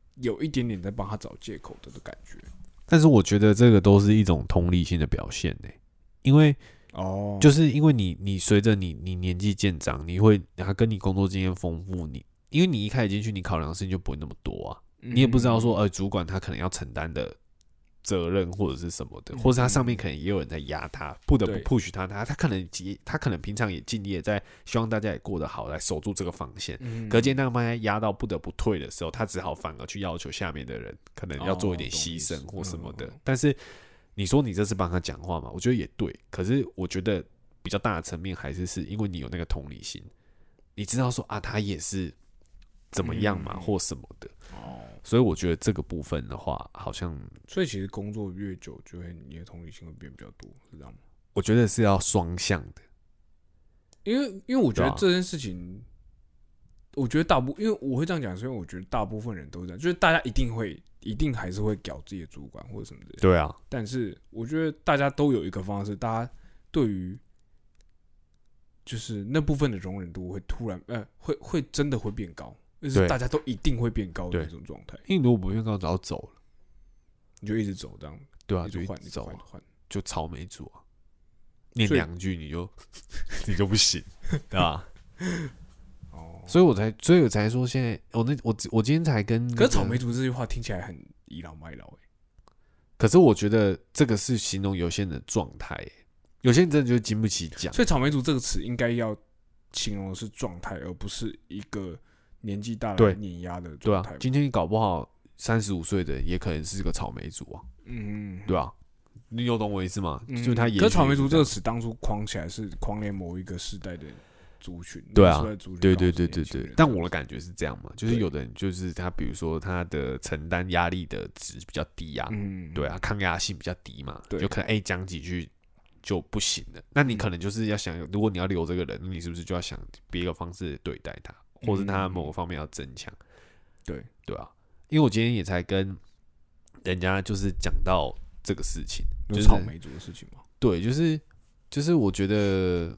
有一点点在帮他找借口的的感觉。 但是我觉得这个都是一种同理心的表现呢、欸，因为哦，就是因为你你随着你你年纪渐长，你会还跟你工作经验丰富，你因为你一开始进去，你考量的事情就不会那么多啊，嗯、你也不知道说呃主管他可能要承担的责任或者是什么的，或者他上面可能也有人在压他，不得不 push 他，他他可能他可能平常也尽力也在希望大家也过得好，来守住这个防线。嗯、可见当他压到不得不退的时候，他只好反而去要求下面的人可能要做一点牺牲或什么的。哦、但是你说你这是帮他讲话嘛？我觉得也对，可是我觉得比较大的层面还是是因为你有那个同理心，你知道说啊，他也是怎么样嘛，嗯、或什么的。哦。所以我觉得这个部分的话，好像所以其实工作越久，就会你的同理心会变比较多，是这样吗？ 我觉得是要双向的， 因为因为我觉得这件事情，啊、我觉得大部因为我会这样讲，是因为我觉得大部分人都这样，就是大家一定会一定还是会屌自己的主管或者什么的。 对啊， 但是我觉得大家都有一个方式，大家对于就是那部分的容忍度会突然呃会会真的会变高。就是大家都一定会变高的那种状态， 因为如果不变高，早走了， 你就一直走这样， 对啊，就换， 一直走啊， 就草莓族啊，念两句你就你就不行，对吧？哦，所以我才，所以我才说，现在我那我我今天才跟、那個， 可是草莓族这句话听起来很倚老卖老哎， 可是我觉得这个是形容有些人的状态，有些人真的就经不起讲， 所以草莓族这个词应该要形容的是状态，而不是一个。年纪大了碾压的状态， 对啊，今天你搞不好三十五岁的人也可能是个草莓族啊，嗯，对啊，你有懂我意思吗？嗯、就是他也， 可是草莓族这个词当初框起来是框连某一个世代的族群， 对啊， 族群对对对对对。但我的感觉是这样嘛，就是有的人就是他，比如说他的承担压力的值比较低啊，嗯，对啊，抗压性比较低嘛，就可能哎讲几句就不行了。那你可能就是要想，如果你要留这个人，你是不是就要想别个方式对待他？或是他某个方面要增强，嗯、 对对啊，因为我今天也才跟人家就是讲到这个事情，就是草莓族的事情嘛。 对，就是就是我觉得，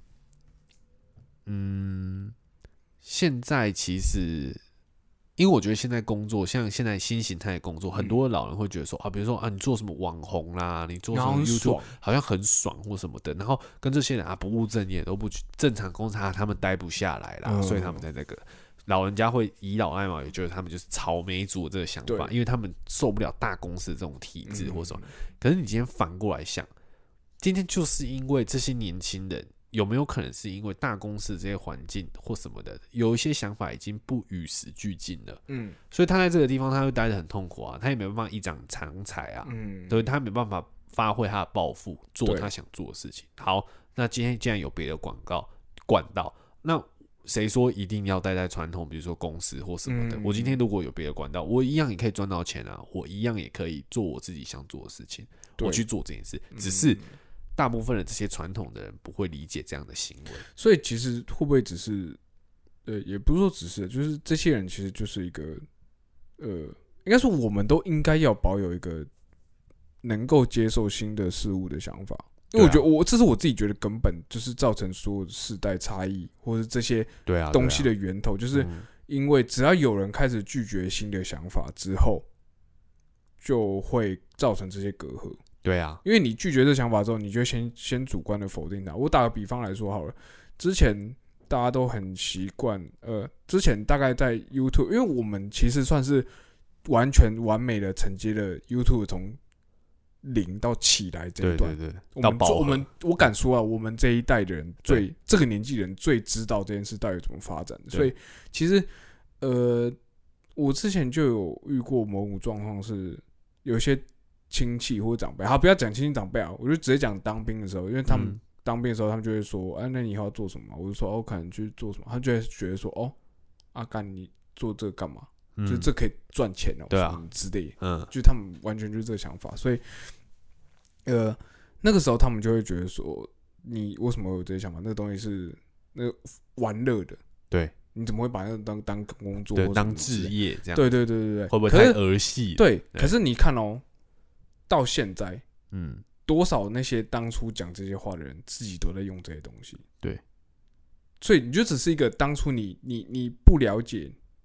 嗯，现在其实，因为我觉得现在工作，像现在新形态的工作，很多老人会觉得说、嗯、啊，比如说啊，你做什么网红啦，你做什么 YouTube， 好像很爽或什么的，然后跟这些人啊不务正业，都不正常工厂，他们待不下来啦，嗯、所以他们在那个老人家会倚老卖老，也觉得他们就是草莓族的这个想法，因为他们受不了大公司的这种体制或什么。嗯、可是你今天反过来想，今天就是因为这些年轻人。有没有可能是因为大公司这些环境或什么的，有一些想法已经不与时俱进了，嗯，所以他在这个地方他会待得很痛苦啊，他也没办法一展长才啊，嗯，对，他没办法发挥他的抱负，做他想做的事情。好，那今天既然有别的广告管道，那谁说一定要待在传统，比如说公司或什么的？嗯、我今天如果有别的管道，我一样也可以赚到钱啊，我一样也可以做我自己想做的事情，我去做这件事，只是。大部分的这些传统的人不会理解这样的行为， 所以其实会不会只是，呃，也不是说只是，就是这些人其实就是一个，呃，应该说我们都应该要保有一个能够接受新的事物的想法，因为我觉得我这是我自己觉得根本就是造成所有的世代差异或者这些东西的源头，就是因为只要有人开始拒绝新的想法之后，就会造成这些隔阂。 对啊， 因为你拒绝这想法之后，你就先先主观的否定它。我打个比方来说好了，之前大家都很习惯，呃，之前大概在 YouTube， 因为我们其实算是完全完美的承接了 YouTube 从零到起来这一段。 对对对， 我们我们我敢说啊，我们这一代的人最这个年纪人最知道这件事到底怎么发展的。所以其实呃，我之前就有遇过某种状况是有些。亲戚或长辈，好，不要讲亲戚长辈啊，我就直接讲当兵的时候，因为他们当兵的时候，他们就会说，哎、啊，那你以后要做什么？我就说，哦，可能去做什么？他就会觉得说，哦，阿、啊、干，你做这个干嘛？嗯、就是这可以赚钱哦， 对啊， 之类，嗯，就他们完全就是这个想法，所以，呃，那个时候他们就会觉得说，你为什么有这些想法？那个东西是那个玩乐的， 对。 你怎么会把那个当当工作， 对，当志业这样？ 对对对对对， 会不会太儿戏？ 对，可是你看哦。到现在，嗯，多少那些当初讲这些话的人，自己都在用这些东西。 对， 所以你就只是一个当初你你你不了解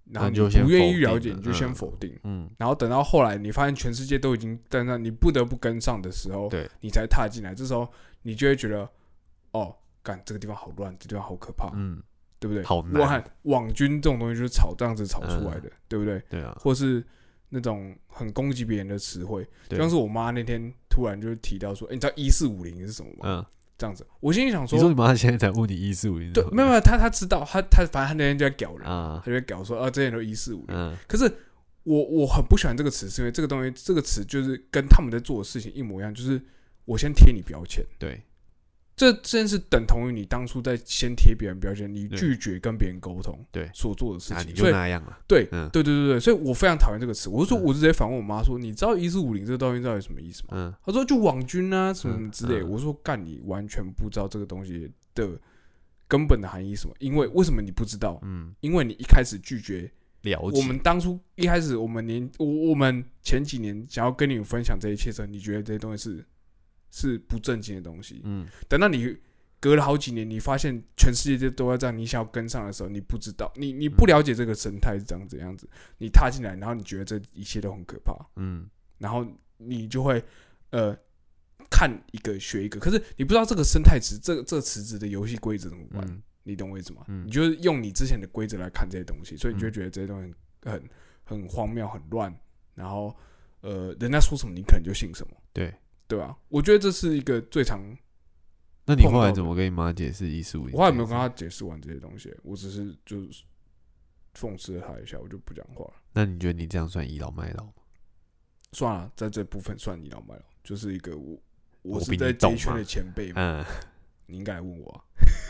然后你不愿意了解，你就先否定，嗯，然后等到后来你发现全世界都已经跟上，你不得不跟上的时候， 对， 你才踏进来，这时候你就会觉得，哦，干这个地方好乱，这地方好可怕，嗯，对不对？ 好难。 网网军这种东西就是吵这样子吵出来的，嗯、对不对？ 对啊， 或是那种很攻击别人的词汇，就像是我妈那天突然就提到说，欸、你知道一四五零是什么吗？嗯。这样子，我心里想说， 你说你妈现在才问你一四五零？ 对，没有没有，他他知道，他他反正他那天就在屌人，啊、他就在屌说啊，这些人都一四五零。可是我我很不喜欢这个词，是因为这个东西，这个词就是跟他们在做的事情一模一样，就是我先贴你标签。 对， 这真是等同于你当初在先贴别人标签，你拒绝跟别人沟通， 对所做的事情， 你就那样了。 对，嗯、对对对对，所以我非常讨厌这个词。我就说，我直接反问我妈说：“你知道一四五零这个东西到底什么意思吗？”嗯、她说：“就网军啊，什么什么之类的。嗯”我说：“干，你完全不知道这个东西的根本的含义是什么？因为为什么你不知道？嗯，因为你一开始拒绝了解。 我们当初一开始，我们年我我们前几年想要跟你分享这一切的时候，你觉得这些东西是是不正经的东西。嗯，等到你。”隔了好几年，你发现全世界都在这样，你想要跟上的时候，你不知道，你你不了解这个生态是长怎样子，你踏进来，然后你觉得这一切都很可怕，嗯，然后你就会呃看一个学一个，可是你不知道这个生态池，这这池子的游戏规则怎么玩，嗯、你懂我意思吗？嗯、你就是用你之前的规则来看这些东西，所以你就会觉得这些东西很很很荒谬、很乱，然后呃，人家说什么你可能就信什么， 对对吧？我觉得这是一个最常。 那你后来怎么跟你妈解释一四五零？ 我后来没有跟她解释完这些东西，我只是就是讽刺了她一下，我就不讲话了。 那你觉得你这样算倚老卖老吗？ 算了，在这部分算倚老卖老，就是一个我我是在这一圈的前辈嘛，嗯，你应该来问我、啊。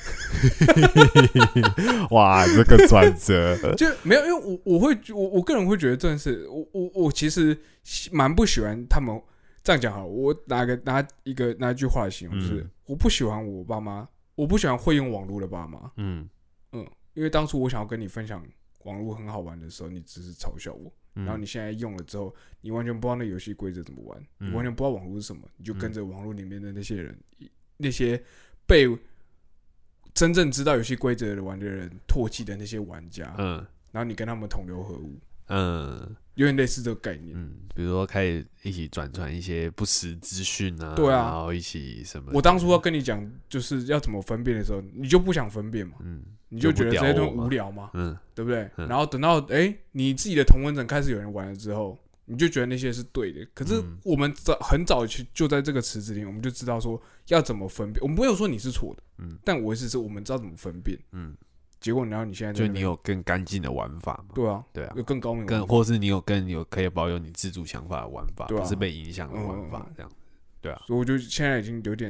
哇，这个转折就没有，因为我我会我我个人会觉得真的是我我我其实蛮不喜欢他们。这样讲好了，我拿个拿一个拿一句话来形容，就是、嗯、我不喜欢我爸妈，我不喜欢会用网络的爸妈。嗯嗯，因为当初我想要跟你分享网络很好玩的时候，你只是嘲笑我，嗯、然后你现在用了之后，你完全不知道那游戏规则怎么玩，嗯、你完全不知道网络是什么，你就跟着网络里面的那些人，嗯、那些被真正知道游戏规则的玩的人唾弃的那些玩家，嗯，然后你跟他们同流合污，嗯。有点类似这个概念，嗯， 比如说开始一起转传一些不实资讯啊， 对啊， 然后一起什么？ 我当初要跟你讲就是要怎么分辨的时候，你就不想分辨嘛，嗯，你就觉得这些东西无聊嘛，嗯，对不对？嗯、然后等到哎、欸、你自己的同温层开始有人玩了之后，你就觉得那些是对的。可是我们早很早就就在这个池子里，我们就知道说要怎么分辨。我们没有说你是错的，嗯，但我意思是我们知道怎么分辨，嗯。结果，然后你现在就你有更干净的玩法嘛？ 对啊， 对啊， 有更高明的玩法，更或是你有更有可以保有你自主想法的玩法，对啊、不是被影响的玩法，这样，对啊。 所以我就现在已经有点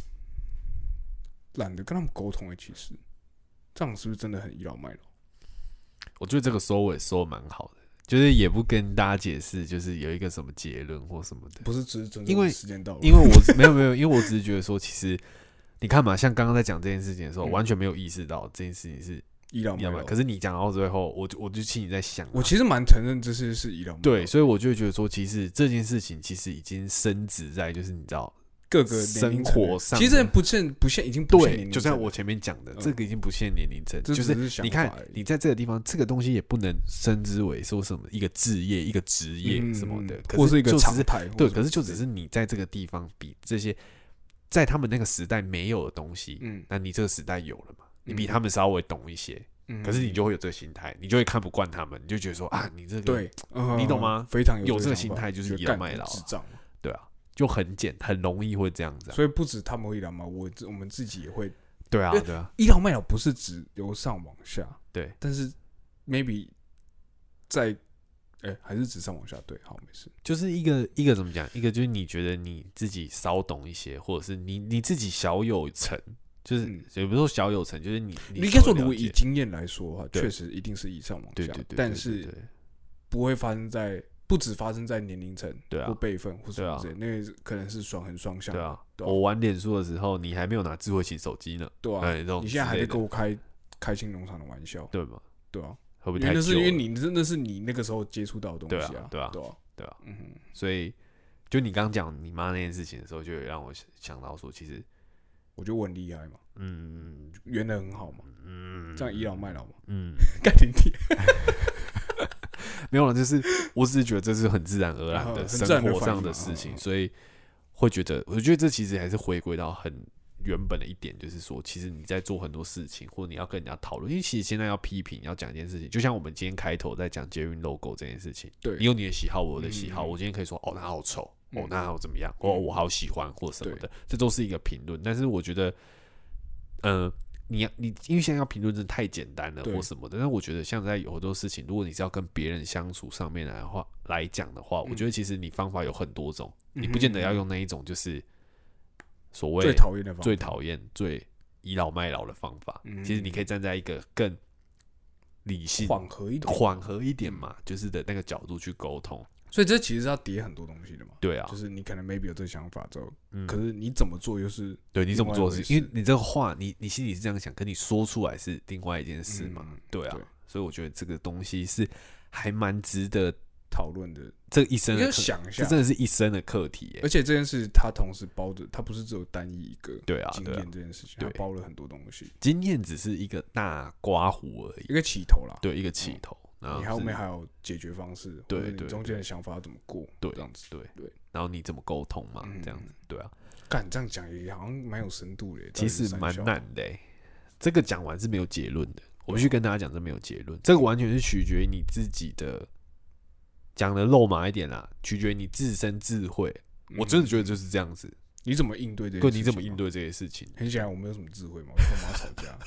懒得跟他们沟通了。其实这样是不是真的很倚老卖老？ 我觉得这个收尾收蛮好的，就是也不跟大家解释，就是有一个什么结论或什么的， 不是只是因为时间到了， 因为我没有没有，因为我只是觉得说，其实。你看嘛，像刚刚在讲这件事情的时候，嗯、完全没有意识到这件事情是倚老卖老。 可是你讲到最后，我就我就心里在想、啊， 我其实蛮承认这是是倚老卖老。 对，所以我就觉得说，其实这件事情其实已经深植在就是你知道各个生活上， 其实不限不限，已经不限年龄层。 就像我前面讲的，嗯、这个已经不限年龄层，就是你看你在这个地方，这个东西也不能称之为说什么一个职业、一个职业什么的，嗯、可是或是一个常态。 对，可是就只是你在这个地方比这些。在他们那个时代没有的东西，嗯，那你这个时代有了嘛？你比他们稍微懂一些，嗯，可是你就会有这个心态，你就会看不惯他们，你就觉得说啊，你这个对， 你懂吗？ 非常有这个心态，就是倚老卖老，对啊，就很简，很容易会这样子。 所以不止他们会倚老卖老，我我们自己也会， 对啊，对啊。 倚老卖老不是指由上往下， 对， 但是 maybe 在。哎、欸，还是直上往下，对，好，没事。 就是一个一个怎么讲？一个就是你觉得你自己稍懂一些，或者是你你自己小有成，就是也不是说小有成，就是你你应该说，如果以经验来说的话，确实一定是以上往下， 对对对对对对， 但是不会发生在不只发生在年龄层， 对啊， 或辈分或什么之类，那个可能是双很双向的。 对啊，對啊我玩脸书的时候，你还没有拿智慧型手机呢， 对啊，欸、你现在还在跟我开开心农场的玩笑， 对吧？ 对啊。 会不会太久了？ 那是因为你真的是你那个时候接触到的东西啊， 对啊， 对啊， 对啊，嗯哼。所以，就你刚讲你妈那件事情的时候，就有让我想到说，其实我觉得我很厉害嘛，嗯，圆得很好嘛，嗯，这样倚老卖老嘛，嗯，干你爹。 没有了，就是我只是觉得这是很自然而然的生活上的事情，所以会觉得，我觉得这其实还是回归到很原本的一点，就是说，其实你在做很多事情，或者你要跟人家讨论，因为其实现在要批评，要讲一件事情，就像我们今天开头在讲捷运 logo 这件事情，对，你有你的喜好，我有的喜好，嗯、我今天可以说，哦，那好丑，哦，那好怎么样，哦，我好喜欢或什么的，这都是一个评论，但是我觉得，呃。你你因为现在要评论真的太简单了或什么的，但我觉得像在有很多事情，如果你是要跟别人相处上面来的话来讲的话，嗯、我觉得其实你方法有很多种，嗯、你不见得要用那一种就是所谓最讨厌的方法， 最讨厌、最倚老卖老的方法。嗯、其实你可以站在一个更理性、 缓和一点、 缓和一点嘛，就是的那个角度去沟通。 所以这其实是要叠很多东西的嘛。 对啊， 就是你可能 maybe 有这个想法之后，嗯、可是你怎么做又是对你怎么做是，因为你这个话你你心里是这样想，可你说出来是另外一件事嘛。嗯、对啊对，所以我觉得这个东西是还蛮值得讨论的。 这一生的要想一下， 这真的是一生的课题耶。 而且这件事它同时包着，它不是只有单一一个对啊经验这件事情，它包了很多东西。 经验只是一个大刮胡而已， 一个起头啦。 对，一个起头。 你后面还有解决方式， 对或者你中间的想法要怎么过， 对， 这样子， 对对。然后你怎么沟通嘛，嗯、这样子，对啊。 干这样讲也好像蛮有深度的， 其实蛮难的。这个讲完是没有结论的，我必须跟大家讲，这没有结论，这个完全是取决于你自己的。讲的肉麻一点啦，取决于你自身智慧。嗯、我真的觉得就是这样子。 你怎么应对这些事情？ 对，你怎么应对这些事情？ 很显然我没有什么智慧嘛，我跟我妈吵架。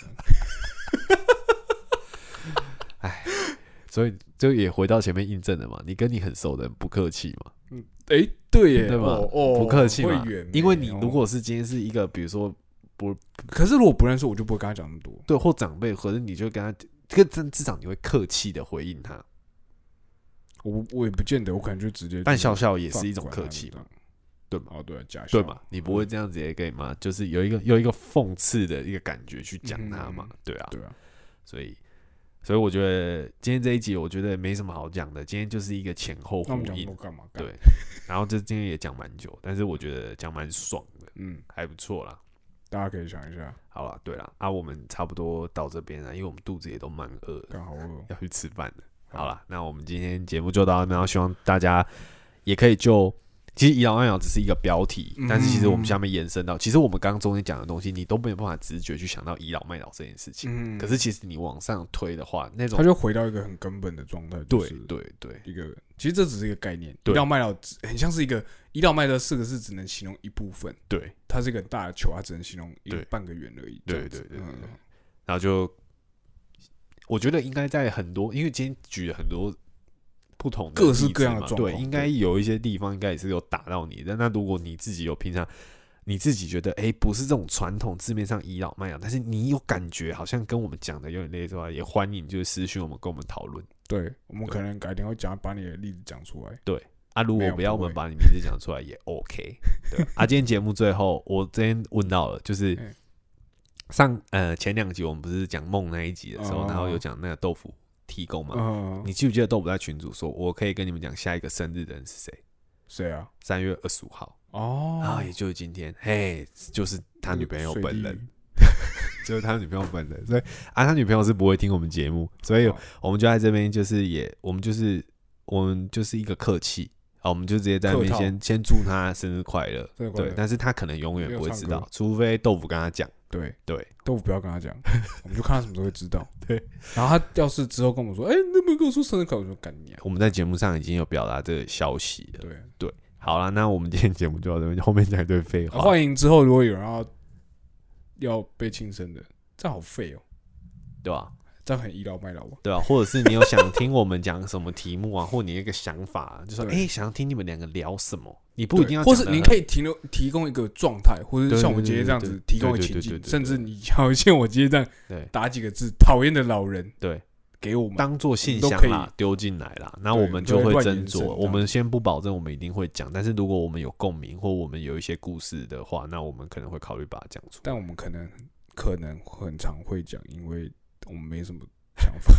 哎。所以就也回到前面印证了嘛，你跟你很熟的人不客气嘛， 嗯，哎、欸，对耶， 对吧？ 哦哦、 不客气嘛， 欸、 因为你如果是今天是一个，比如说不， 可是如果不认识，我就不会跟他讲那么多， 对，或长辈，可是你就跟他，这个至少你会客气的回应他， 我我也不见得，我可能就直接， 但笑笑也是一种客气嘛，对嘛？ 哦，对、啊，假笑， 对嘛？你不会这样直接跟你妈，就是有一个有一个讽刺的一个感觉去讲他嘛，嗯、对啊， 对啊， 所以。所以我觉得今天这一集，我觉得没什么好讲的。今天就是一个前后呼应，对。然后这今天也讲蛮久，但是我觉得讲蛮爽的，嗯，还不错啦。 大家可以想一下。 好啦，对啦，啊，我们差不多到这边了，因为我们肚子也都蛮饿， 刚好饿， 要去吃饭了。好啦，那我们今天节目就到这边，然后希望大家也可以就。其实倚老卖老只是一个标题，但是其实我们下面延伸到，其实我们刚刚中间讲的东西，你都没有办法直觉去想到倚老卖老这件事情。嗯、可是其实你往上推的话，那种它就回到一个很根本的状态。 对对对， 一个其实这只是一个概念，倚老卖老很像是一个倚老卖老四个字只能形容一部分。对，它是一个很大的球，它只能形容一个半个圆而已。 对对 对, 对, 对、嗯，然后就我觉得应该在很多，因为今天举了很多。不同的各式各样的状况， 对，应该有一些地方应该也是有打到你的。那如果你自己有平常你自己觉得，哎、欸，不是这种传统字面上倚老卖老，但是你有感觉好像跟我们讲的有点类似的话，也欢迎就是私讯我们跟我们讨论。 对，我们可能改天会讲把你的例子讲出来。 对啊，如果不要我们把你名字讲出来也 OK。对啊，今天节目最后我今天问到了，就是上呃前两集我们不是讲梦那一集的时候，哦、然后有讲那个豆腐。提供嘛？嗯、你记不记得豆腐在群组说，我可以跟你们讲下一个生日的人是谁？ 谁啊？ 三月二十五号哦，然后也就是今天，嘿，就是他女朋友本人，就是他女朋友本人。所以啊，他女朋友是不会听我们节目，所以我们就在这边，就是也，我们就是我们就是一个客气啊，我们就直接在那边先先祝他生日快乐，对，但是他可能永远不会知道，除非豆腐跟他讲。对对， 豆腐不要跟他讲，我们就看他什么时候会知道。对，然后他要是之后跟我们说，哎、欸，那没跟我说生日快乐，我说干你啊！ 我们在节目上已经有表达这个消息了。对对，好啦，那我们今天节目就到这边，后面讲一堆废话。 啊、欢迎之后如果有人要要被庆生的，这好废哦、喔， 对吧？ 这样很倚老卖老吧？ 对啊，或者是你有想听我们讲什么题目啊，或你有一个想法，就说哎、欸，想要听你们两个聊什么？你不一定要， 或是你可以提供提供一个状态，或者像我们今天这样子提供一个情境，甚至你好像我今天这样打几个字，讨厌的老人，对，给我们当做信箱啦，丢进来啦，那我们就会斟酌。我们先不保证我们一定会讲，但是如果我们有共鸣，或我们有一些故事的话，那我们可能会考虑把它讲出来。 但我们可能可能很常会讲，因为我们没什么想法。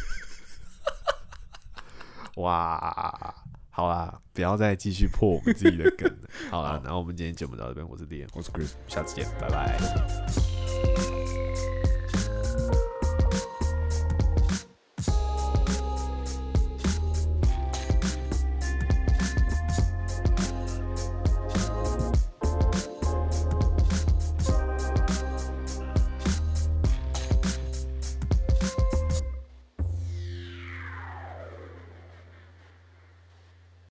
哇！好啦，不要再继续破我们自己的梗了。好啦，然后我们今天节目到这边，我是 Liam， 我是 Chris， 下次见，拜拜。